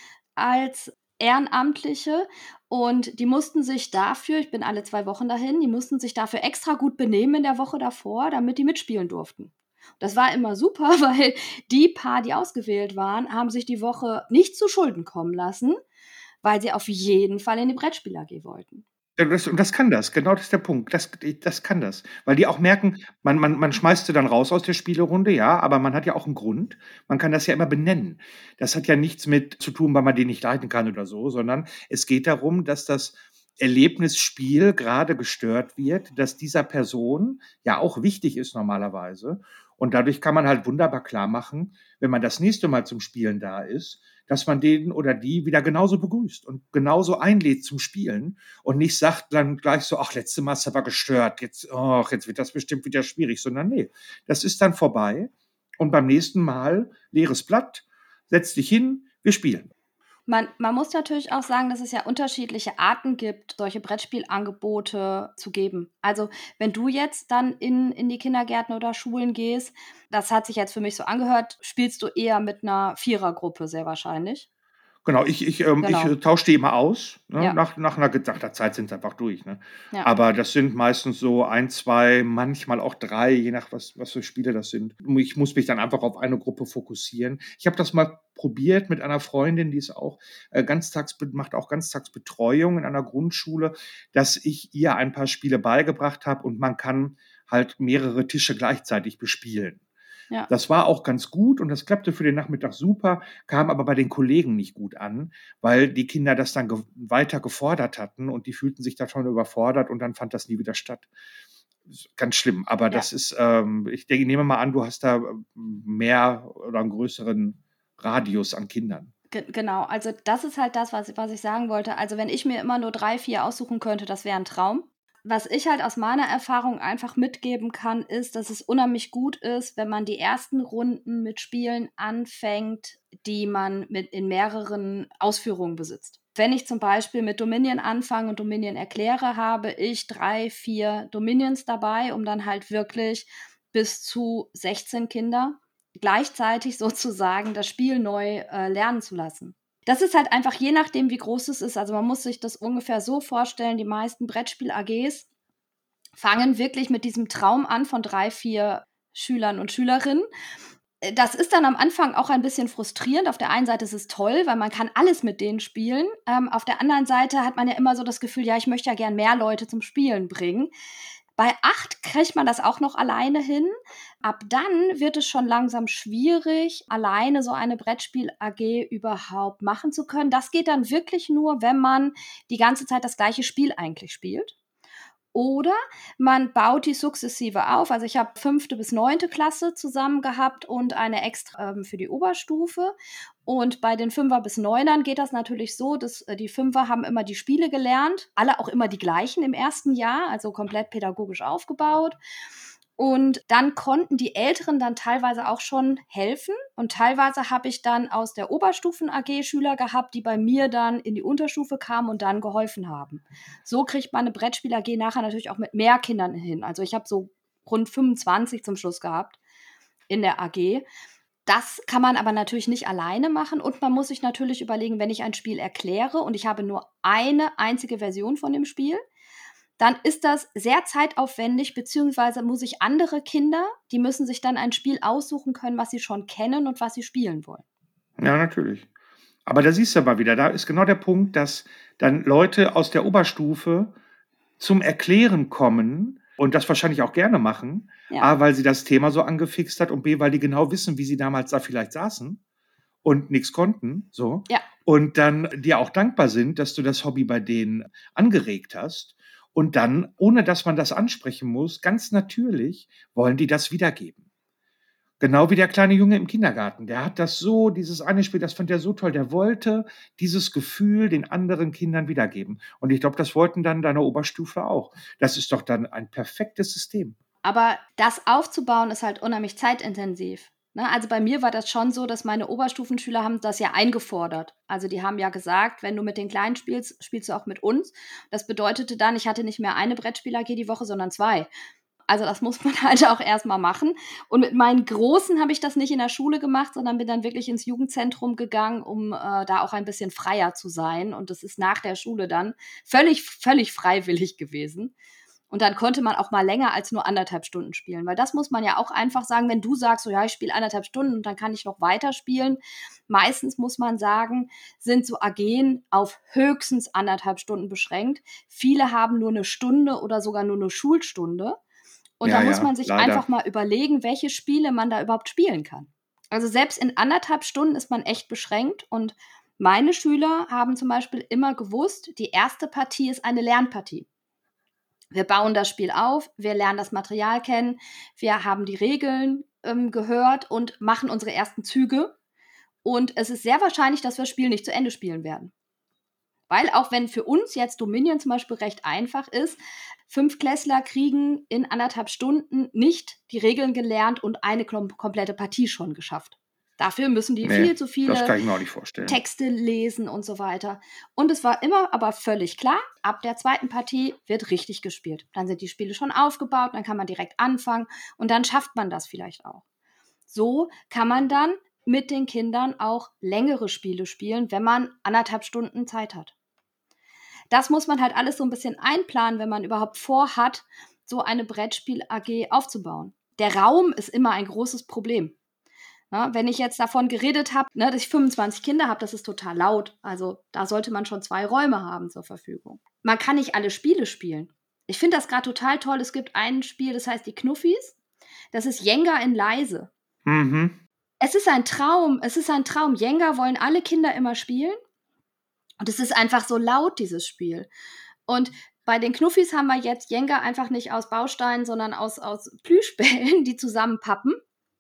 als Ehrenamtliche und die mussten sich dafür, ich bin alle 2 Wochen dahin, die mussten sich dafür extra gut benehmen in der Woche davor, damit die mitspielen durften. Das war immer super, weil die paar, die ausgewählt waren, haben sich die Woche nicht zu Schulden kommen lassen, weil sie auf jeden Fall in die Brettspiel-AG wollten.
Ja, das kann das, genau das ist der Punkt. Das kann das. Weil die auch merken, man schmeißt sie dann raus aus der Spielerunde, ja, aber man hat ja auch einen Grund. Man kann das ja immer benennen. Das hat ja nichts mit zu tun, weil man den nicht leiten kann oder so, sondern es geht darum, dass das Erlebnisspiel gerade gestört wird, dass dieser Person ja auch wichtig ist normalerweise. Und dadurch kann man halt wunderbar klarmachen, wenn man das nächste Mal zum Spielen da ist, dass man den oder die wieder genauso begrüßt und genauso einlädt zum Spielen und nicht sagt dann gleich so, ach, letztes Mal ist aber gestört, jetzt wird das bestimmt wieder schwierig, sondern nee, das ist dann vorbei und beim nächsten Mal leeres Blatt, setz dich hin, wir spielen.
Man muss natürlich auch sagen, dass es ja unterschiedliche Arten gibt, solche Brettspielangebote zu geben. Also wenn du jetzt dann in die Kindergärten oder Schulen gehst, das hat sich jetzt für mich so angehört, spielst du eher mit einer Vierergruppe sehr wahrscheinlich.
Genau, ich
Genau.
tausche die immer aus, ne?
Ja.
Nach der Zeit sind sie einfach durch, ne?
Ja.
Aber das sind meistens so 1, 2, manchmal auch 3, je nach was für Spiele das sind. Ich muss mich dann einfach auf eine Gruppe fokussieren. Ich habe das mal probiert mit einer Freundin, die ist auch macht auch Ganztagsbetreuung in einer Grundschule, dass ich ihr ein paar Spiele beigebracht habe und man kann halt mehrere Tische gleichzeitig bespielen.
Ja.
Das war auch ganz gut und das klappte für den Nachmittag super, kam aber bei den Kollegen nicht gut an, weil die Kinder das dann weiter gefordert hatten und die fühlten sich da schon überfordert und dann fand das nie wieder statt. Ganz schlimm, aber das ist, ich nehme mal an, du hast da mehr oder einen größeren Radius an Kindern.
Genau, also das ist halt das, was ich sagen wollte. Also wenn ich mir immer nur 3, 4 aussuchen könnte, das wäre ein Traum. Was ich halt aus meiner Erfahrung einfach mitgeben kann, ist, dass es unheimlich gut ist, wenn man die ersten Runden mit Spielen anfängt, die man in mehreren Ausführungen besitzt. Wenn ich zum Beispiel mit Dominion anfange und Dominion erkläre, habe ich 3, 4 Dominions dabei, um dann halt wirklich bis zu 16 Kinder gleichzeitig sozusagen das Spiel neu lernen zu lassen. Das ist halt einfach je nachdem, wie groß es ist. Also man muss sich das ungefähr so vorstellen, die meisten Brettspiel-AGs fangen wirklich mit diesem Traum an von 3, 4 Schülern und Schülerinnen. Das ist dann am Anfang auch ein bisschen frustrierend. Auf der einen Seite ist es toll, weil man kann alles mit denen spielen. Auf der anderen Seite hat man ja immer so das Gefühl, ja, ich möchte ja gern mehr Leute zum Spielen bringen. Bei 8 kriegt man das auch noch alleine hin. Ab dann wird es schon langsam schwierig, alleine so eine Brettspiel-AG überhaupt machen zu können. Das geht dann wirklich nur, wenn man die ganze Zeit das gleiche Spiel eigentlich spielt. Oder man baut die sukzessive auf. Also ich habe 5. bis 9. Klasse zusammen gehabt und eine extra für die Oberstufe. Und bei den 5er bis 9ern geht das natürlich so, dass die 5er haben immer die Spiele gelernt, alle auch immer die gleichen im ersten Jahr, also komplett pädagogisch aufgebaut. Und dann konnten die Älteren dann teilweise auch schon helfen. Und teilweise habe ich dann aus der Oberstufen-AG Schüler gehabt, die bei mir dann in die Unterstufe kamen und dann geholfen haben. So kriegt man eine Brettspiel-AG nachher natürlich auch mit mehr Kindern hin. Also ich habe so rund 25 zum Schluss gehabt in der AG. Das kann man aber natürlich nicht alleine machen und man muss sich natürlich überlegen, wenn ich ein Spiel erkläre und ich habe nur eine einzige Version von dem Spiel, dann ist das sehr zeitaufwendig, beziehungsweise muss ich andere Kinder, die müssen sich dann ein Spiel aussuchen können, was sie schon kennen und was sie spielen wollen.
Ja, natürlich. Aber da siehst du mal wieder, da ist genau der Punkt, dass dann Leute aus der Oberstufe zum Erklären kommen und das wahrscheinlich auch gerne machen.
Ja.
A, weil sie das Thema so angefixt hat und B, weil die genau wissen, wie sie damals da vielleicht saßen und nichts konnten. So.
Ja.
Und dann dir auch dankbar sind, dass du das Hobby bei denen angeregt hast. Und dann, ohne dass man das ansprechen muss, ganz natürlich wollen die das wiedergeben. Genau wie der kleine Junge im Kindergarten. Der hat das so, dieses eine Spiel, das fand er so toll. Der wollte dieses Gefühl den anderen Kindern wiedergeben. Und ich glaube, das wollten dann deine Oberstufe auch. Das ist doch dann ein perfektes System.
Aber das aufzubauen ist halt unheimlich zeitintensiv. Ne? Also bei mir war das schon so, dass meine Oberstufenschüler haben das ja eingefordert. Also die haben ja gesagt, wenn du mit den Kleinen spielst, spielst du auch mit uns. Das bedeutete dann, ich hatte nicht mehr eine Brettspiel-AG die Woche, sondern 2. Also das muss man halt auch erstmal machen. Und mit meinen Großen habe ich das nicht in der Schule gemacht, sondern bin dann wirklich ins Jugendzentrum gegangen, um da auch ein bisschen freier zu sein. Und das ist nach der Schule dann völlig freiwillig gewesen. Und dann konnte man auch mal länger als nur 1,5 Stunden spielen. Weil das muss man ja auch einfach sagen, wenn du sagst, so ja, ich spiele 1,5 Stunden und dann kann ich noch weiterspielen. Meistens muss man sagen, sind so AGen auf höchstens 1,5 Stunden beschränkt. Viele haben nur eine Stunde oder sogar nur eine Schulstunde. Und
Ja,
da muss
ja,
man sich
leider.
einfach mal überlegen, welche Spiele man da überhaupt spielen kann. Also selbst in 1,5 Stunden ist man echt beschränkt. Und meine Schüler haben zum Beispiel immer gewusst, die erste Partie ist eine Lernpartie. Wir bauen das Spiel auf, wir lernen das Material kennen, wir haben die Regeln gehört und machen unsere ersten Züge. Und es ist sehr wahrscheinlich, dass wir das Spiel nicht zu Ende spielen werden. Weil auch wenn für uns jetzt Dominion zum Beispiel recht einfach ist, 5-Klässler kriegen in 1,5 Stunden nicht die Regeln gelernt und eine komplette Partie schon geschafft. Dafür müssen die viel zu
das
viele
kann ich mir auch nicht vorstellen.
Texte lesen und so weiter. Und es war immer aber völlig klar, ab der zweiten Partie wird richtig gespielt. Dann sind die Spiele schon aufgebaut, dann kann man direkt anfangen und dann schafft man das vielleicht auch. So kann man dann mit den Kindern auch längere Spiele spielen, wenn man 1,5 Stunden Zeit hat. Das muss man halt alles so ein bisschen einplanen, wenn man überhaupt vorhat, so eine Brettspiel-AG aufzubauen. Der Raum ist immer ein großes Problem. Na, wenn ich jetzt davon geredet habe, dass ich 25 Kinder habe, das ist total laut. Also da sollte man schon 2 Räume haben zur Verfügung. Man kann nicht alle Spiele spielen. Ich finde das gerade total toll. Es gibt ein Spiel, das heißt die Knuffis. Das ist Jenga in leise.
Mhm.
Es ist ein Traum. Jenga wollen alle Kinder immer spielen. Und es ist einfach so laut, dieses Spiel. Und bei den Knuffis haben wir jetzt Jenga einfach nicht aus Bausteinen, sondern aus Plüschbällen, die zusammenpappen.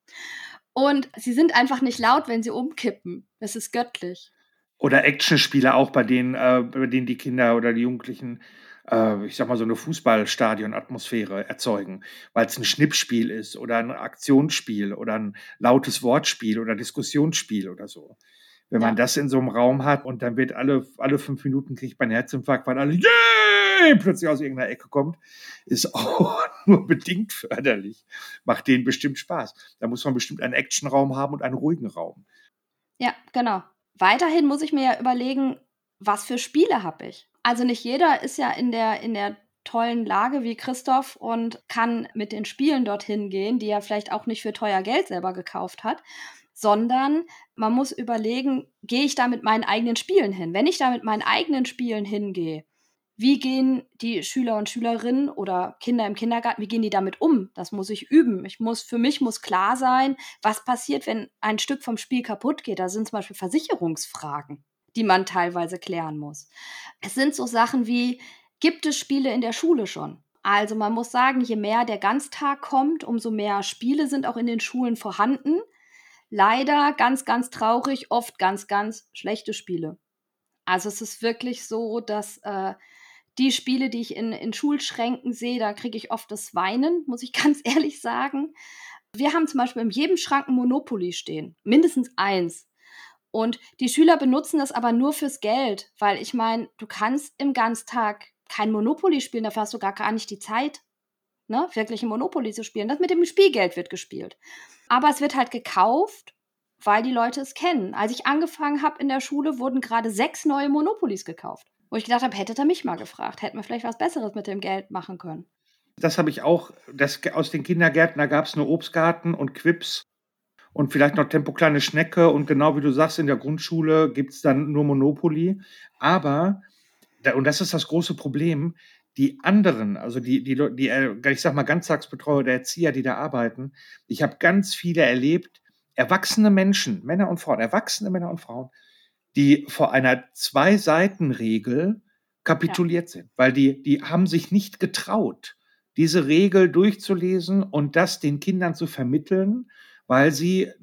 Und sie sind einfach nicht laut, wenn sie umkippen. Das ist göttlich.
Oder Actionspiele auch, bei denen die Kinder oder die Jugendlichen, ich sag mal, so eine Fußballstadion-Atmosphäre erzeugen, weil es ein Schnippspiel ist oder ein Aktionsspiel oder ein lautes Wortspiel oder Diskussionsspiel oder so. Wenn man das in so einem Raum hat und dann wird alle 5 Minuten kriegt man einen Herzinfarkt, weil alle plötzlich aus irgendeiner Ecke kommt, ist auch nur bedingt förderlich. Macht denen bestimmt Spaß. Da muss man bestimmt einen Actionraum haben und einen ruhigen Raum.
Ja, genau. Weiterhin muss ich mir ja überlegen, was für Spiele habe ich. Also nicht jeder ist ja in der tollen Lage wie Christoph und kann mit den Spielen dorthin gehen, die er vielleicht auch nicht für teuer Geld selber gekauft hat, sondern man muss überlegen, gehe ich da mit meinen eigenen Spielen hin? Wenn ich da mit meinen eigenen Spielen hingehe, wie gehen die Schüler und Schülerinnen oder Kinder im Kindergarten, wie gehen die damit um? Das muss ich üben. Für mich muss klar sein, was passiert, wenn ein Stück vom Spiel kaputt geht. Da sind zum Beispiel Versicherungsfragen, die man teilweise klären muss. Es sind so Sachen wie, gibt es Spiele in der Schule schon? Also man muss sagen, je mehr der Ganztag kommt, umso mehr Spiele sind auch in den Schulen vorhanden. Leider, ganz, ganz traurig, oft ganz, ganz schlechte Spiele. Also es ist wirklich so, dass die Spiele, die ich in Schulschränken sehe, da kriege ich oft das Weinen, muss ich ganz ehrlich sagen. Wir haben zum Beispiel in jedem Schrank ein Monopoly stehen, mindestens 1. Und die Schüler benutzen das aber nur fürs Geld, weil ich meine, du kannst im Ganztag kein Monopoly spielen, dafür hast du gar nicht die Zeit. ne, wirkliche Monopoly zu spielen. Das mit dem Spielgeld wird gespielt. Aber es wird halt gekauft, weil die Leute es kennen. Als ich angefangen habe in der Schule, wurden gerade 6 neue Monopolies gekauft. Wo ich gedacht habe, hättet ihr mich mal gefragt, hätten wir vielleicht was Besseres mit dem Geld machen können.
Das habe ich auch, aus den Kindergärten, da gab es nur Obstgarten und Quips und vielleicht noch Tempo kleine Schnecke. Und genau wie du sagst, in der Grundschule gibt es dann nur Monopoly. Aber, und das ist das große Problem, die anderen, also ich sag mal, Ganztagsbetreuer oder Erzieher, die da arbeiten, ich habe ganz viele erlebt, erwachsene Menschen, Männer und Frauen, erwachsene Männer und Frauen, die vor einer 2-Seiten-Regel kapituliert sind, weil die haben sich nicht getraut, diese Regel durchzulesen und das den Kindern zu vermitteln, weil sie,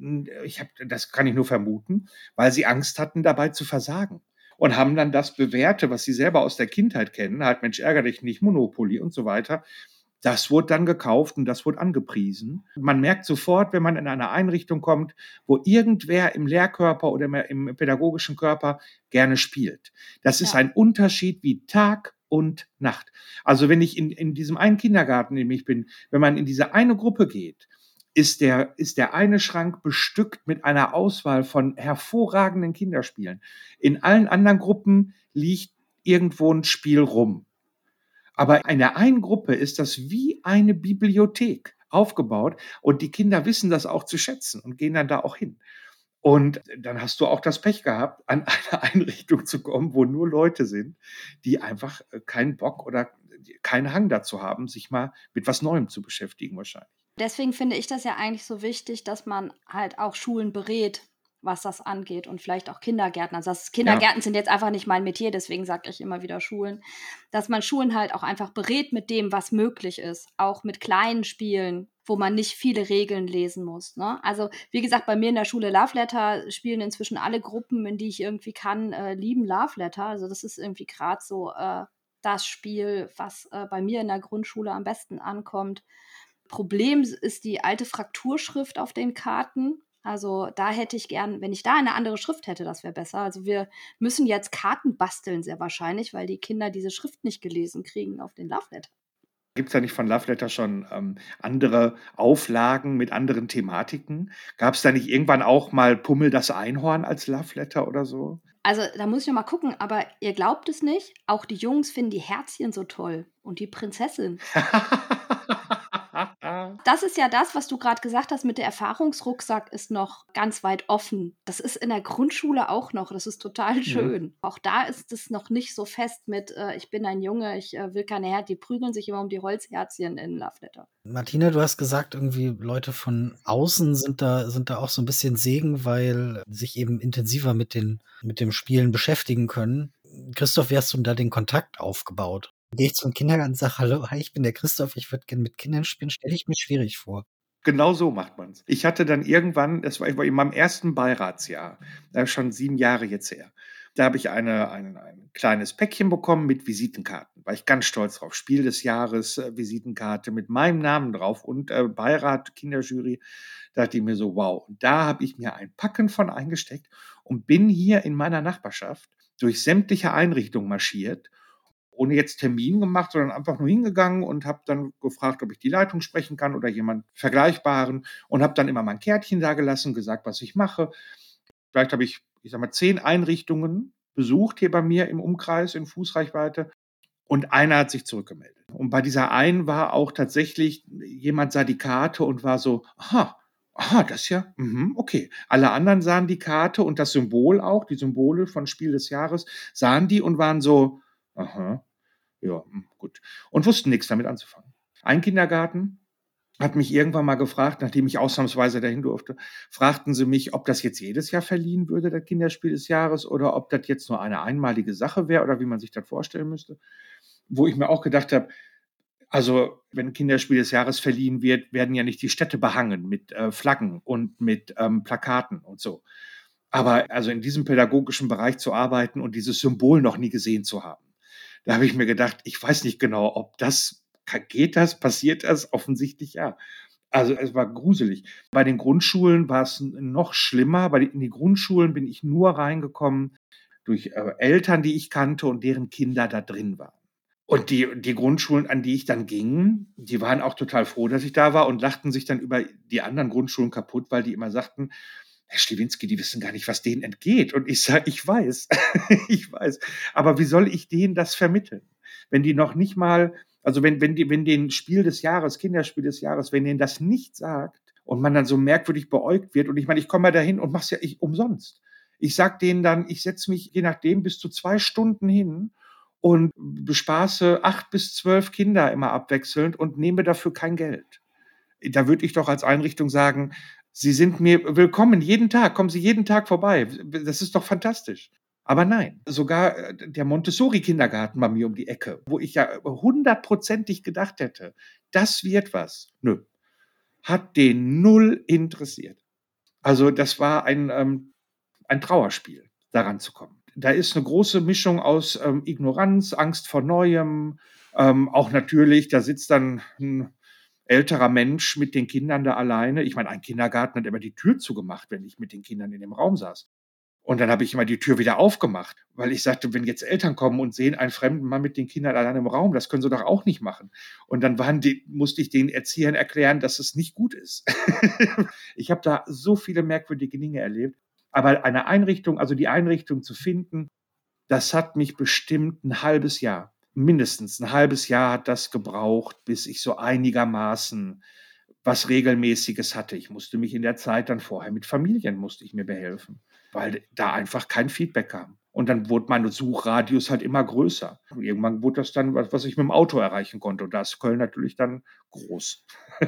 das kann ich nur vermuten, weil sie Angst hatten, dabei zu versagen. Und haben dann das Bewährte, was sie selber aus der Kindheit kennen, halt Mensch, ärger dich nicht, Monopoly und so weiter, das wurde dann gekauft und das wurde angepriesen. Man merkt sofort, wenn man in eine Einrichtung kommt, wo irgendwer im Lehrkörper oder im pädagogischen Körper gerne spielt. Das ist ein Unterschied wie Tag und Nacht. Also wenn ich in diesem einen Kindergarten, in dem ich bin, wenn man in diese eine Gruppe geht, ist der eine Schrank bestückt mit einer Auswahl von hervorragenden Kinderspielen. In allen anderen Gruppen liegt irgendwo ein Spiel rum. Aber in der einen Gruppe ist das wie eine Bibliothek aufgebaut und die Kinder wissen das auch zu schätzen und gehen dann da auch hin. Und dann hast du auch das Pech gehabt, an eine Einrichtung zu kommen, wo nur Leute sind, die einfach keinen Bock oder keinen Hang dazu haben, sich mal mit was Neuem zu beschäftigen wahrscheinlich.
Deswegen finde ich das ja eigentlich so wichtig, dass man halt auch Schulen berät, was das angeht und vielleicht auch Kindergärten. Also Kindergärten sind jetzt einfach nicht mein Metier, deswegen sage ich immer wieder Schulen. Dass man Schulen halt auch einfach berät mit dem, was möglich ist. Auch mit kleinen Spielen, wo man nicht viele Regeln lesen muss. Ne? Also wie gesagt, bei mir in der Schule Love Letter spielen inzwischen alle Gruppen, in die ich irgendwie kann, lieben Love Letter. Also das ist irgendwie gerade so das Spiel, was bei mir in der Grundschule am besten ankommt. Problem ist die alte Frakturschrift auf den Karten. Also da hätte ich gern, wenn ich da eine andere Schrift hätte, das wäre besser. Also wir müssen jetzt Karten basteln, sehr wahrscheinlich, weil die Kinder diese Schrift nicht gelesen kriegen auf den Love Letter.
Gibt es da nicht von Love Letter schon andere Auflagen mit anderen Thematiken? Gab es da nicht irgendwann auch mal Pummel das Einhorn als Love Letter oder so?
Also da muss ich noch mal gucken, aber ihr glaubt es nicht, auch die Jungs finden die Herzchen so toll und die Prinzessin. Das ist ja das, was du gerade gesagt hast mit der Erfahrungsrucksack ist noch ganz weit offen. Das ist in der Grundschule auch noch, das ist total schön. Auch da ist es noch nicht so fest mit, ich bin ein Junge, ich will keine Herzen, die prügeln sich immer um die Holzherzchen in Love Letter.
Martina, du hast gesagt, irgendwie Leute von außen sind da auch so ein bisschen Segen, weil sich eben intensiver mit dem Spielen beschäftigen können. Christoph, wie hast du denn da den Kontakt aufgebaut? Gehe ich zum Kindergarten und sage, hallo, hi, ich bin der Christoph, ich würde gerne mit Kindern spielen, stelle ich mir schwierig vor.
Genau so macht man es. Ich hatte dann irgendwann, ich war in meinem ersten Beiratsjahr, schon 7 Jahre jetzt her, da habe ich ein kleines Päckchen bekommen mit Visitenkarten. War ich ganz stolz drauf. Spiel des Jahres, Visitenkarte mit meinem Namen drauf und Beirat, Kinderjury. Da dachte ich mir so, wow. Und da habe ich mir ein Packen von eingesteckt und bin hier in meiner Nachbarschaft durch sämtliche Einrichtungen marschiert, ohne jetzt Termin gemacht, sondern einfach nur hingegangen und habe dann gefragt, ob ich die Leitung sprechen kann oder jemand Vergleichbaren und habe dann immer mein Kärtchen da gelassen, gesagt, was ich mache. Vielleicht habe ich sag mal, 10 Einrichtungen besucht hier bei mir im Umkreis in Fußreichweite und einer hat sich zurückgemeldet. Und bei dieser einen war auch tatsächlich, jemand sah die Karte und war so, aha, das ja, okay. Alle anderen sahen die Karte und das Symbol auch, die Symbole von Spiel des Jahres, sahen die und waren so, aha, ja, gut. Und wussten nichts damit anzufangen. Ein Kindergarten hat mich irgendwann mal gefragt, nachdem ich ausnahmsweise dahin durfte, fragten sie mich, ob das jetzt jedes Jahr verliehen würde, das Kinderspiel des Jahres, oder ob das jetzt nur eine einmalige Sache wäre oder wie man sich das vorstellen müsste. Wo ich mir auch gedacht habe, also wenn ein Kinderspiel des Jahres verliehen wird, werden ja nicht die Städte behangen mit Flaggen und mit Plakaten und so. Aber also in diesem pädagogischen Bereich zu arbeiten und dieses Symbol noch nie gesehen zu haben, da habe ich mir gedacht, ich weiß nicht genau, ob das, geht das, passiert das? Offensichtlich ja. Also es war gruselig. Bei den Grundschulen war es noch schlimmer. In die Grundschulen bin ich nur reingekommen durch Eltern, die ich kannte und deren Kinder da drin waren. Und die Grundschulen, an die ich dann ging, die waren auch total froh, dass ich da war und lachten sich dann über die anderen Grundschulen kaputt, weil die immer sagten, Herr Schlewinski, die wissen gar nicht, was denen entgeht. Und ich sage, ich weiß, ich weiß. Aber wie soll ich denen das vermitteln? Wenn die noch nicht mal, also wenn den Spiel des Jahres, Kinderspiel des Jahres, wenn denen das nicht sagt und man dann so merkwürdig beäugt wird, und ich meine, ich komme mal dahin und mach's ja umsonst. Ich sag denen dann, ich setze mich je nachdem bis zu 2 Stunden hin und bespaße 8 bis 12 Kinder immer abwechselnd und nehme dafür kein Geld. Da würde ich doch als Einrichtung sagen, Sie sind mir willkommen jeden Tag, kommen Sie jeden Tag vorbei. Das ist doch fantastisch. Aber nein, sogar der Montessori-Kindergarten bei mir um die Ecke, wo ich ja 100%ig gedacht hätte, das wird was. Nö, hat den null interessiert. Also das war ein Trauerspiel, daran zu kommen. Da ist eine große Mischung aus Ignoranz, Angst vor Neuem, auch natürlich, da sitzt dann ein älterer Mensch mit den Kindern da alleine. Ich meine, ein Kindergarten hat immer die Tür zugemacht, wenn ich mit den Kindern in dem Raum saß. Und dann habe ich immer die Tür wieder aufgemacht, weil ich sagte, wenn jetzt Eltern kommen und sehen einen fremden Mann mit den Kindern alleine im Raum, das können sie doch auch nicht machen. Und dann musste ich den Erziehern erklären, dass es nicht gut ist. Ich habe da so viele merkwürdige Dinge erlebt. Aber eine Einrichtung, also die Einrichtung zu finden, das hat mich bestimmt ein halbes Jahr, mindestens ein halbes Jahr hat das gebraucht, bis ich so einigermaßen was Regelmäßiges hatte. Ich musste mich in der Zeit dann vorher mit Familien musste ich mir behelfen, weil da einfach kein Feedback kam. Und dann wurde mein Suchradius halt immer größer. Und irgendwann wurde das dann, was ich mit dem Auto erreichen konnte. Und da ist Köln natürlich dann groß.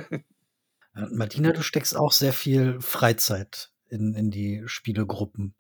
Martina, du steckst auch sehr viel Freizeit in die Spielegruppen.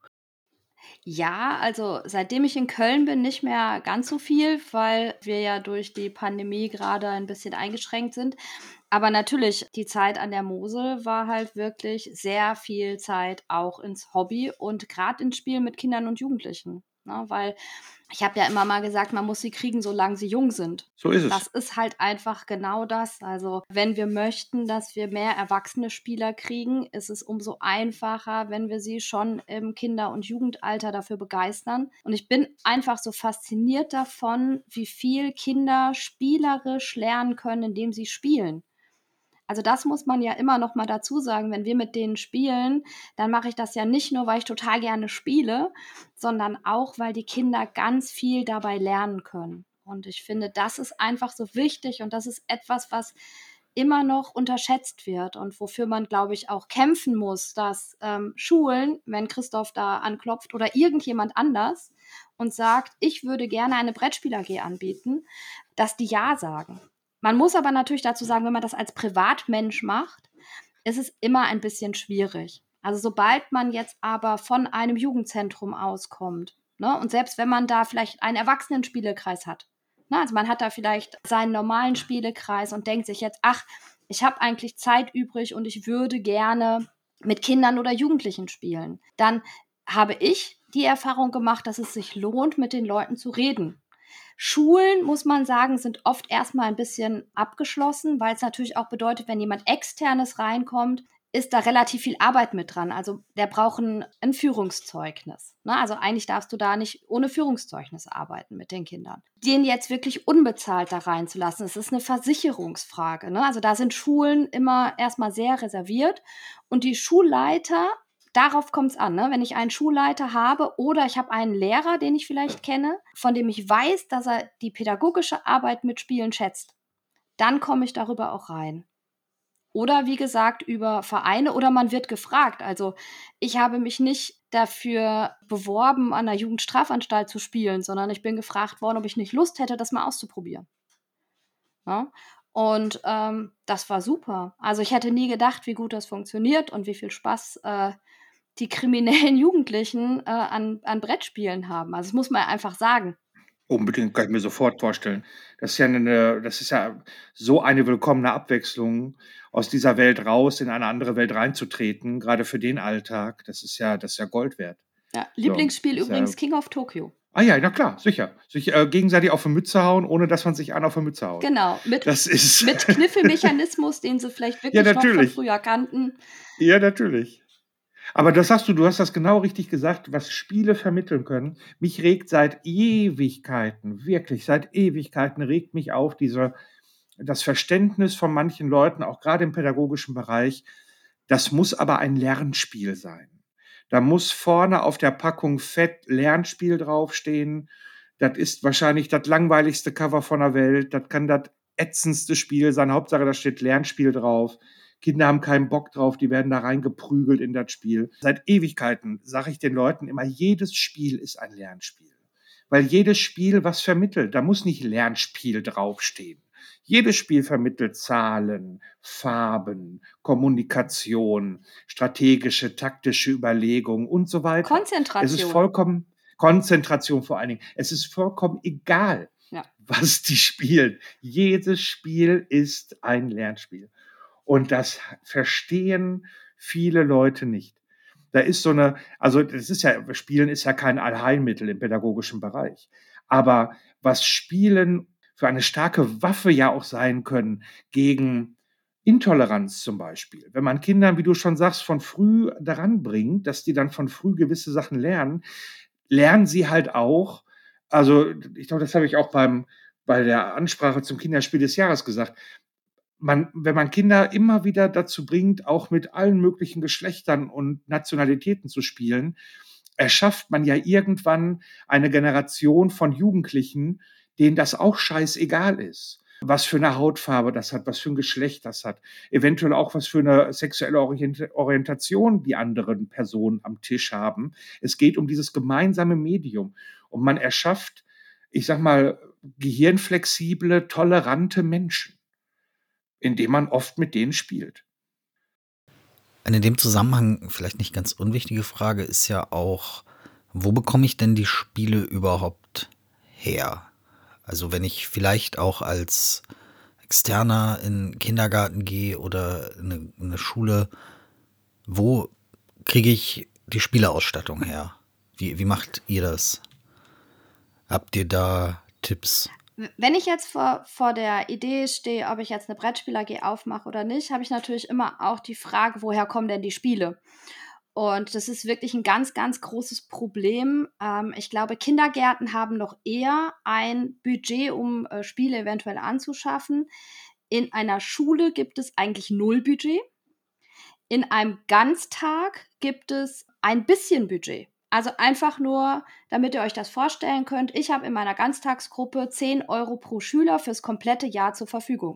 Ja, also seitdem ich in Köln bin, nicht mehr ganz so viel, weil wir ja durch die Pandemie gerade ein bisschen eingeschränkt sind. Aber natürlich, die Zeit an der Mosel war halt wirklich sehr viel Zeit auch ins Hobby und gerade ins Spiel mit Kindern und Jugendlichen. Ne? Weil ich habe ja immer mal gesagt, man muss sie kriegen, solange sie jung sind.
So ist es.
Das ist halt einfach genau das. Also wenn wir möchten, dass wir mehr erwachsene Spieler kriegen, ist es umso einfacher, wenn wir sie schon im Kinder- und Jugendalter dafür begeistern. Und ich bin einfach so fasziniert davon, wie viel Kinder spielerisch lernen können, indem sie spielen. Also das muss man ja immer noch mal dazu sagen, wenn wir mit denen spielen, dann mache ich das ja nicht nur, weil ich total gerne spiele, sondern auch, weil die Kinder ganz viel dabei lernen können. Und ich finde, das ist einfach so wichtig und das ist etwas, was immer noch unterschätzt wird und wofür man, glaube ich, auch kämpfen muss, dass Schulen, wenn Christoph da anklopft oder irgendjemand anders und sagt, ich würde gerne eine Brettspiel-AG anbieten, dass die Ja sagen. Man muss aber natürlich dazu sagen, wenn man das als Privatmensch macht, ist es immer ein bisschen schwierig. Also sobald man jetzt aber von einem Jugendzentrum auskommt, ne, und selbst wenn man da vielleicht einen Erwachsenen-Spielekreis hat, ne, also man hat da vielleicht seinen normalen Spielekreis und denkt sich jetzt, ach, ich habe eigentlich Zeit übrig und ich würde gerne mit Kindern oder Jugendlichen spielen, dann habe ich die Erfahrung gemacht, dass es sich lohnt, mit den Leuten zu reden. Schulen, muss man sagen, sind oft erstmal ein bisschen abgeschlossen, weil es natürlich auch bedeutet, wenn jemand Externes reinkommt, ist da relativ viel Arbeit mit dran. Also der braucht ein Führungszeugnis. Ne? Also eigentlich darfst du da nicht ohne Führungszeugnis arbeiten mit den Kindern. Den jetzt wirklich unbezahlt da reinzulassen, das ist eine Versicherungsfrage. Ne? Also da sind Schulen immer erstmal sehr reserviert und die Schulleiter, darauf kommt es an, ne? Wenn ich einen Schulleiter habe oder ich habe einen Lehrer, den ich vielleicht kenne, von dem ich weiß, dass er die pädagogische Arbeit mit Spielen schätzt, dann komme ich darüber auch rein. Oder wie gesagt, über Vereine oder man wird gefragt. Also ich habe mich nicht dafür beworben, an der Jugendstrafanstalt zu spielen, sondern ich bin gefragt worden, ob ich nicht Lust hätte, das mal auszuprobieren. Ja? Und das war super. Also ich hätte nie gedacht, wie gut das funktioniert und wie viel Spaß die kriminellen Jugendlichen an Brettspielen haben. Also das muss man einfach sagen.
Unbedingt, kann ich mir sofort vorstellen. Das ist ja so eine willkommene Abwechslung, aus dieser Welt raus in eine andere Welt reinzutreten, gerade für den Alltag. Das ist ja Gold wert.
Ja, Lieblingsspiel
So,
übrigens King of Tokyo.
Ah ja, na klar, sicher. Sich gegenseitig auf die Mütze hauen, ohne dass man sich auf die Mütze haut.
Genau, mit
Das ist
Kniffelmechanismus, den sie vielleicht wirklich
Ja,
noch von
natürlich.
früher kannten.
Ja, natürlich. Aber du hast das genau richtig gesagt, was Spiele vermitteln können. Mich regt seit Ewigkeiten, wirklich seit Ewigkeiten regt mich auf das Verständnis von manchen Leuten, auch gerade im pädagogischen Bereich, das muss aber ein Lernspiel sein. Da muss vorne auf der Packung fett Lernspiel draufstehen. Das ist wahrscheinlich das langweiligste Cover von der Welt. Das kann das ätzendste Spiel sein. Hauptsache, da steht Lernspiel drauf. Kinder haben keinen Bock drauf, die werden da reingeprügelt in das Spiel. Seit Ewigkeiten sage ich den Leuten immer, jedes Spiel ist ein Lernspiel. Weil jedes Spiel was vermittelt. Da muss nicht Lernspiel draufstehen. Jedes Spiel vermittelt Zahlen, Farben, Kommunikation, strategische, taktische Überlegungen und so weiter. Es ist
Konzentration.
Konzentration vor allen Dingen. Es ist vollkommen egal,
Ja.
was die spielen. Jedes Spiel ist ein Lernspiel. Und das verstehen viele Leute nicht. Da ist Spielen ist ja kein Allheilmittel im pädagogischen Bereich. Aber was Spielen für eine starke Waffe ja auch sein können gegen Intoleranz zum Beispiel. Wenn man Kindern, wie du schon sagst, von früh daran bringt, dass die dann von früh gewisse Sachen lernen, lernen sie halt auch, also ich glaube, das habe ich auch bei der Ansprache zum Kinderspiel des Jahres gesagt, wenn man Kinder immer wieder dazu bringt, auch mit allen möglichen Geschlechtern und Nationalitäten zu spielen, erschafft man ja irgendwann eine Generation von Jugendlichen, denen das auch scheißegal ist. Was für eine Hautfarbe das hat, was für ein Geschlecht das hat, eventuell auch was für eine sexuelle Orientation die anderen Personen am Tisch haben. Es geht um dieses gemeinsame Medium und man erschafft, ich sag mal, gehirnflexible, tolerante Menschen, indem man oft mit denen spielt.
Eine in dem Zusammenhang vielleicht nicht ganz unwichtige Frage ist ja auch, wo bekomme ich denn die Spiele überhaupt her? Also wenn ich vielleicht auch als Externer in den Kindergarten gehe oder in eine Schule, wo kriege ich die Spieleausstattung her? Wie macht ihr das? Habt ihr da Tipps?
Wenn ich jetzt vor der Idee stehe, ob ich jetzt eine Brettspiel-AG aufmache oder nicht, habe ich natürlich immer auch die Frage, woher kommen denn die Spiele? Und das ist wirklich ein ganz, ganz großes Problem. Ich glaube, Kindergärten haben noch eher ein Budget, um Spiele eventuell anzuschaffen. In einer Schule gibt es eigentlich null Budget. In einem Ganztag gibt es ein bisschen Budget. Also einfach nur, damit ihr euch das vorstellen könnt, ich habe in meiner Ganztagsgruppe 10 Euro pro Schüler fürs komplette Jahr zur Verfügung.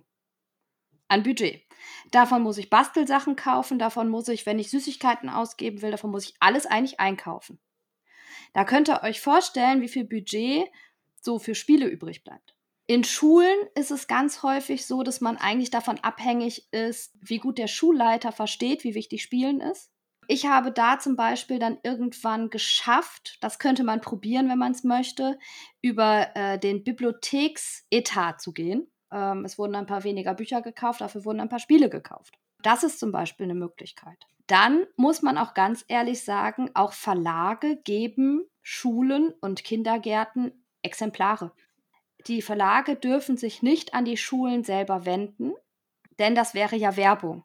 An Budget. Davon muss ich Bastelsachen kaufen, davon muss ich, wenn ich Süßigkeiten ausgeben will, davon muss ich alles eigentlich einkaufen. Da könnt ihr euch vorstellen, wie viel Budget so für Spiele übrig bleibt. In Schulen ist es ganz häufig so, dass man eigentlich davon abhängig ist, wie gut der Schulleiter versteht, wie wichtig Spielen ist. Ich habe da zum Beispiel dann irgendwann geschafft, das könnte man probieren, wenn man es möchte, über den Bibliotheksetat zu gehen. Es wurden ein paar weniger Bücher gekauft, dafür wurden ein paar Spiele gekauft. Das ist zum Beispiel eine Möglichkeit. Dann muss man auch ganz ehrlich sagen, auch Verlage geben Schulen und Kindergärten Exemplare. Die Verlage dürfen sich nicht an die Schulen selber wenden, denn das wäre ja Werbung.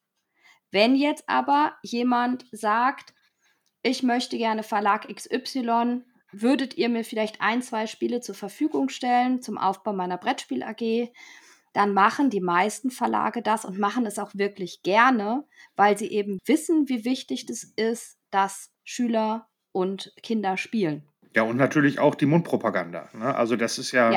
Wenn jetzt aber jemand sagt, ich möchte gerne Verlag XY, würdet ihr mir vielleicht 1, 2 Spiele zur Verfügung stellen zum Aufbau meiner Brettspiel-AG, dann machen die meisten Verlage das und machen es auch wirklich gerne, weil sie eben wissen, wie wichtig das ist, dass Schüler und Kinder spielen.
Ja, und natürlich auch die Mundpropaganda. Ne? Also das ist
Ja.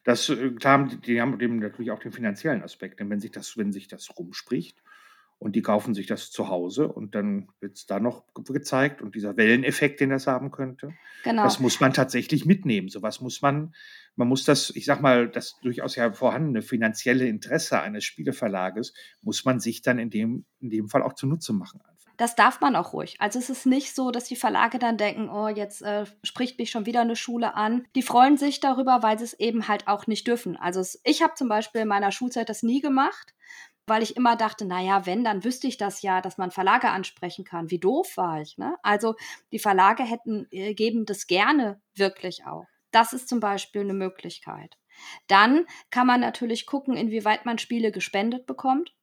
die haben eben natürlich auch den finanziellen Aspekt. Denn wenn sich das rumspricht und die kaufen sich das zu Hause und dann wird es da noch gezeigt und dieser Welleneffekt, den das haben könnte,
Genau.
das muss man tatsächlich mitnehmen. Sowas man muss das, ich sag mal, das durchaus ja vorhandene finanzielle Interesse eines Spieleverlages, muss man sich dann in dem Fall auch zunutze machen.
Das darf man auch ruhig. Also es ist nicht so, dass die Verlage dann denken, oh, jetzt spricht mich schon wieder eine Schule an. Die freuen sich darüber, weil sie es eben halt auch nicht dürfen. Also ich habe zum Beispiel in meiner Schulzeit das nie gemacht, weil ich immer dachte, naja, wenn, dann wüsste ich das ja, dass man Verlage ansprechen kann. Wie doof war ich, ne? Also die Verlage geben das gerne wirklich auch. Das ist zum Beispiel eine Möglichkeit. Dann kann man natürlich gucken, inwieweit man Spiele gespendet bekommt.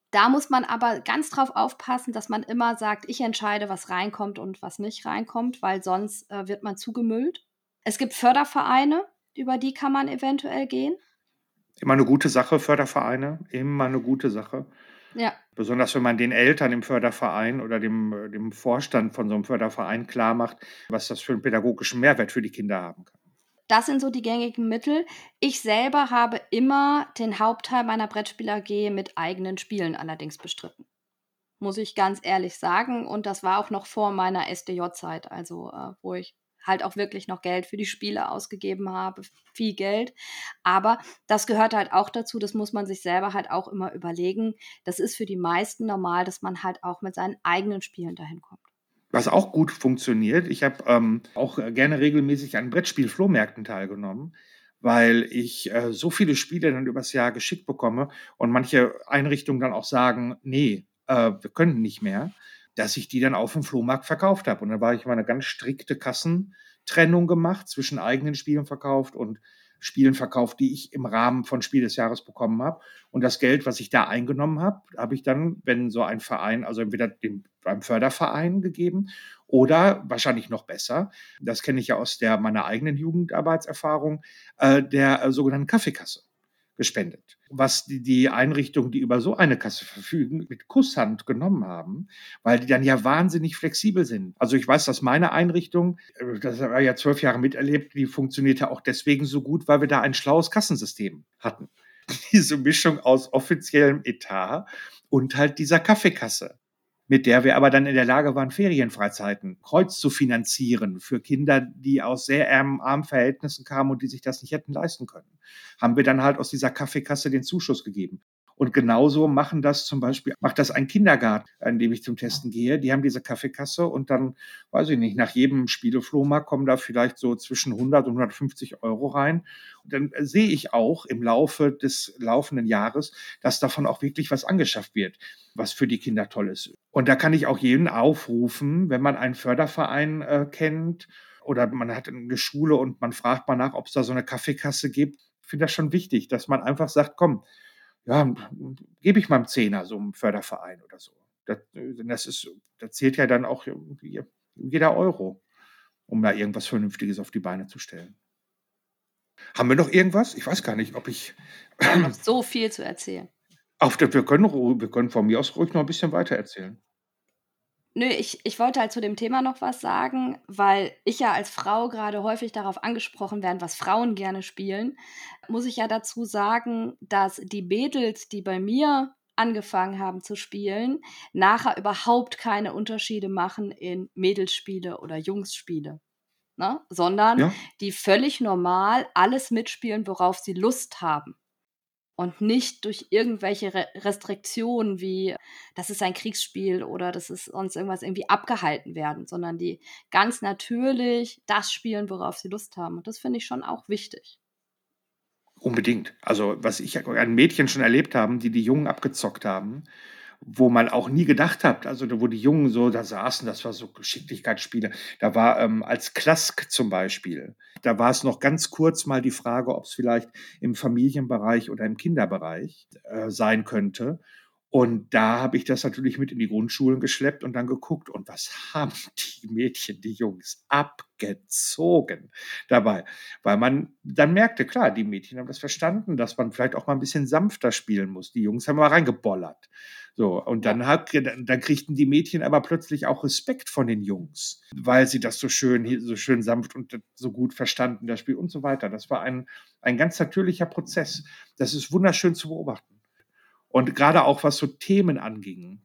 Da muss man aber ganz drauf aufpassen, dass man immer sagt, ich entscheide, was reinkommt und was nicht reinkommt, weil sonst wird man zugemüllt. Es gibt Fördervereine, über die kann man eventuell gehen.
Immer eine gute Sache, Fördervereine, immer eine gute Sache.
Ja,
Besonders wenn man den Eltern im Förderverein oder dem Vorstand von so einem Förderverein klarmacht, was das für einen pädagogischen Mehrwert für die Kinder haben kann.
das sind so die gängigen Mittel. Ich selber habe immer den Hauptteil meiner Brettspiel AG mit eigenen Spielen allerdings bestritten. Muss ich ganz ehrlich sagen. Und das war auch noch vor meiner SDJ-Zeit, also wo ich halt auch wirklich noch Geld für die Spiele ausgegeben habe, viel Geld. Aber das gehört halt auch dazu, das muss man sich selber halt auch immer überlegen. Das ist für die meisten normal, dass man halt auch mit seinen eigenen Spielen dahin kommt.
Was auch gut funktioniert, ich habe auch gerne regelmäßig an Brettspiel-Flohmärkten teilgenommen, weil ich so viele Spiele dann übers Jahr geschickt bekomme und manche Einrichtungen dann auch sagen, nee, wir können nicht mehr, dass ich die dann auf dem Flohmarkt verkauft habe. Und dann war ich mal eine ganz strikte Kassentrennung gemacht zwischen eigenen Spielen verkauft und Spielen verkauft, die ich im Rahmen von Spiel des Jahres bekommen habe. Und das Geld, was ich da eingenommen habe, habe ich dann, wenn so ein Verein, also entweder beim Förderverein gegeben oder wahrscheinlich noch besser, das kenne ich ja aus meiner eigenen Jugendarbeitserfahrung, der sogenannten Kaffeekasse gespendet. Was die Einrichtungen, die über so eine Kasse verfügen, mit Kusshand genommen haben, weil die dann ja wahnsinnig flexibel sind. Also ich weiß, dass meine Einrichtung, das habe ich ja 12 Jahre miterlebt, die funktionierte auch deswegen so gut, weil wir da ein schlaues Kassensystem hatten. Diese Mischung aus offiziellem Etat und halt dieser Kaffeekasse, mit der wir aber dann in der Lage waren, Ferienfreizeiten kreuz zu finanzieren für Kinder, die aus sehr armen Verhältnissen kamen und die sich das nicht hätten leisten können. Haben wir dann halt aus dieser Kaffeekasse den Zuschuss gegeben. Und genauso macht das ein Kindergarten, an dem ich zum Testen gehe. Die haben diese Kaffeekasse und dann, weiß ich nicht, nach jedem Spieleflohmarkt kommen da vielleicht so zwischen 100 und 150 Euro rein. Und dann sehe ich auch im Laufe des laufenden Jahres, dass davon auch wirklich was angeschafft wird, was für die Kinder toll ist. Und da kann ich auch jeden aufrufen, wenn man einen Förderverein kennt oder man hat eine Schule und man fragt mal nach, ob es da so eine Kaffeekasse gibt. Ich finde das schon wichtig, dass man einfach sagt, komm, ja, gebe ich mal einen Zehner so einem Förderverein oder so. Das zählt ja dann auch jeder Euro, um da irgendwas Vernünftiges auf die Beine zu stellen. Haben wir noch irgendwas? Ich weiß gar nicht, ob ich.
Wir haben noch so viel zu erzählen.
Wir können von mir aus ruhig noch ein bisschen weiter erzählen.
Nö, ich wollte halt zu dem Thema noch was sagen, weil ich ja als Frau gerade häufig darauf angesprochen werde, was Frauen gerne spielen. Muss ich ja dazu sagen, dass die Mädels, die bei mir angefangen haben zu spielen, nachher überhaupt keine Unterschiede machen in Mädelsspiele oder Jungsspiele, ne? Sondern
Ja?
die völlig normal alles mitspielen, worauf sie Lust haben. Und nicht durch irgendwelche Restriktionen wie, das ist ein Kriegsspiel oder das ist sonst irgendwas irgendwie abgehalten werden, sondern die ganz natürlich das spielen, worauf sie Lust haben. Und das finde ich schon auch wichtig.
Unbedingt. Also, was ich an Mädchen schon erlebt haben, die Jungen abgezockt haben, wo man auch nie gedacht hat, also wo die Jungen so da saßen, das war so Geschicklichkeitsspiele. Da war als Klask zum Beispiel, da war es noch ganz kurz mal die Frage, ob es vielleicht im Familienbereich oder im Kinderbereich sein könnte. Und da habe ich das natürlich mit in die Grundschulen geschleppt und dann geguckt. Und was haben die Mädchen, die Jungs abgezogen dabei? Weil man dann merkte, klar, die Mädchen haben das verstanden, dass man vielleicht auch mal ein bisschen sanfter spielen muss. Die Jungs haben mal reingebollert. So, und
Ja.
dann kriegten die Mädchen aber plötzlich auch Respekt von den Jungs, weil sie das so schön sanft und so gut verstanden, das Spiel und so weiter. Das war ein ganz natürlicher Prozess. Das ist wunderschön zu beobachten. Und gerade auch, was so Themen anging,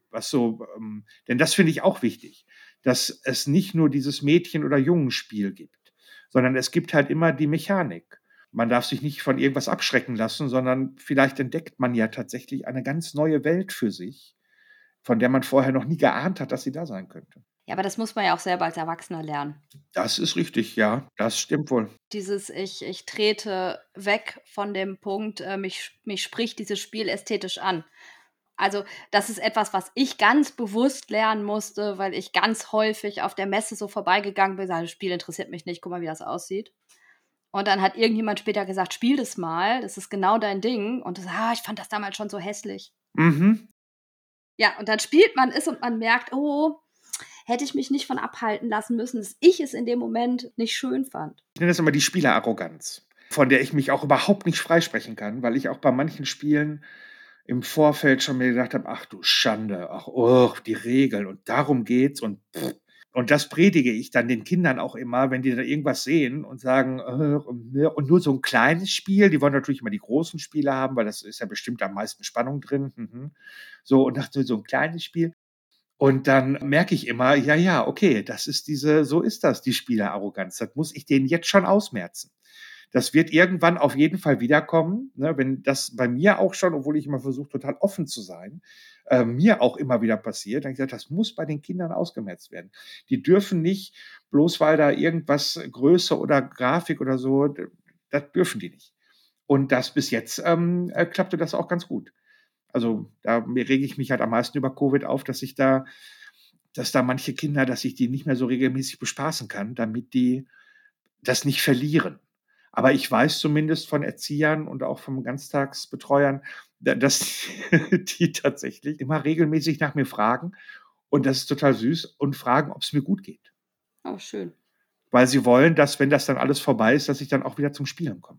denn das finde ich auch wichtig, dass es nicht nur dieses Mädchen- oder Jungenspiel gibt, sondern es gibt halt immer die Mechanik. Man darf sich nicht von irgendwas abschrecken lassen, sondern vielleicht entdeckt man ja tatsächlich eine ganz neue Welt für sich, von der man vorher noch nie geahnt hat, dass sie da sein könnte.
Ja, aber das muss man ja auch selber als Erwachsener lernen.
Das ist richtig, ja, das stimmt wohl.
Dieses ich trete weg von dem Punkt, mich spricht dieses Spiel ästhetisch an. Also, das ist etwas, was ich ganz bewusst lernen musste, weil ich ganz häufig auf der Messe so vorbeigegangen bin, sage: „Das Spiel interessiert mich nicht, guck mal, wie das aussieht.“ Und dann hat irgendjemand später gesagt: „Spiel das mal, das ist genau dein Ding.“ Und das: ich fand das damals schon so hässlich.“
Mhm.
Ja, und dann spielt man es und man merkt, oh, hätte ich mich nicht von abhalten lassen müssen, dass ich es in dem Moment nicht schön fand.
Ich nenne das immer die Spielerarroganz, von der ich mich auch überhaupt nicht freisprechen kann, weil ich auch bei manchen Spielen im Vorfeld schon mir gedacht habe, ach du Schande, ach, oh, die Regeln und darum geht's und pff. Und das predige ich dann den Kindern auch immer, wenn die da irgendwas sehen und sagen, und nur so ein kleines Spiel, die wollen natürlich immer die großen Spiele haben, weil das ist ja bestimmt am meisten Spannung drin. So, und dachte so ein kleines Spiel. Und dann merke ich immer, ja, okay, so ist das, die Spielerarroganz. Das muss ich denen jetzt schon ausmerzen. Das wird irgendwann auf jeden Fall wiederkommen, ne, wenn das bei mir auch schon, obwohl ich immer versuche, total offen zu sein, mir auch immer wieder passiert. Dann habe ich gesagt, das muss bei den Kindern ausgemerzt werden. Die dürfen nicht, bloß weil da irgendwas Größe oder Grafik oder so, das dürfen die nicht. Und das bis jetzt klappte das auch ganz gut. Also da rege ich mich halt am meisten über Covid auf, dass da manche Kinder, dass ich die nicht mehr so regelmäßig bespaßen kann, damit die das nicht verlieren. Aber ich weiß zumindest von Erziehern und auch von Ganztagsbetreuern, dass die tatsächlich immer regelmäßig nach mir fragen und das ist total süß und fragen, ob es mir gut geht.
Oh, schön.
Weil sie wollen, dass, wenn das dann alles vorbei ist, dass ich dann auch wieder zum Spielen komme.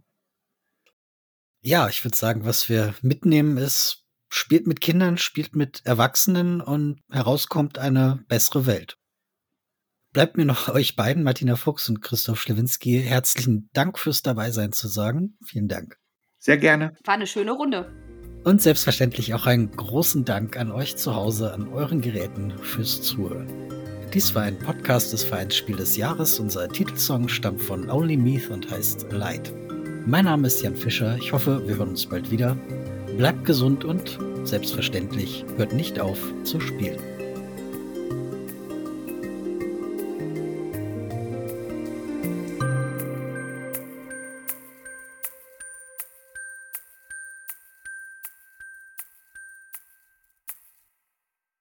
Ja, ich würde sagen, was wir mitnehmen ist, spielt mit Kindern, spielt mit Erwachsenen und herauskommt eine bessere Welt. Bleibt mir noch euch beiden, Martina Fuchs und Christoph Schlewinski, herzlichen Dank fürs Dabeisein zu sagen. Vielen Dank.
Sehr gerne.
War eine schöne Runde.
Und selbstverständlich auch einen großen Dank an euch zu Hause, an euren Geräten fürs Zuhören. Dies war ein Podcast des Vereins Spiel des Jahres. Unser Titelsong stammt von Only Meath und heißt Light. Mein Name ist Jan Fischer. Ich hoffe, wir hören uns bald wieder. Bleibt gesund und selbstverständlich hört nicht auf zu spielen.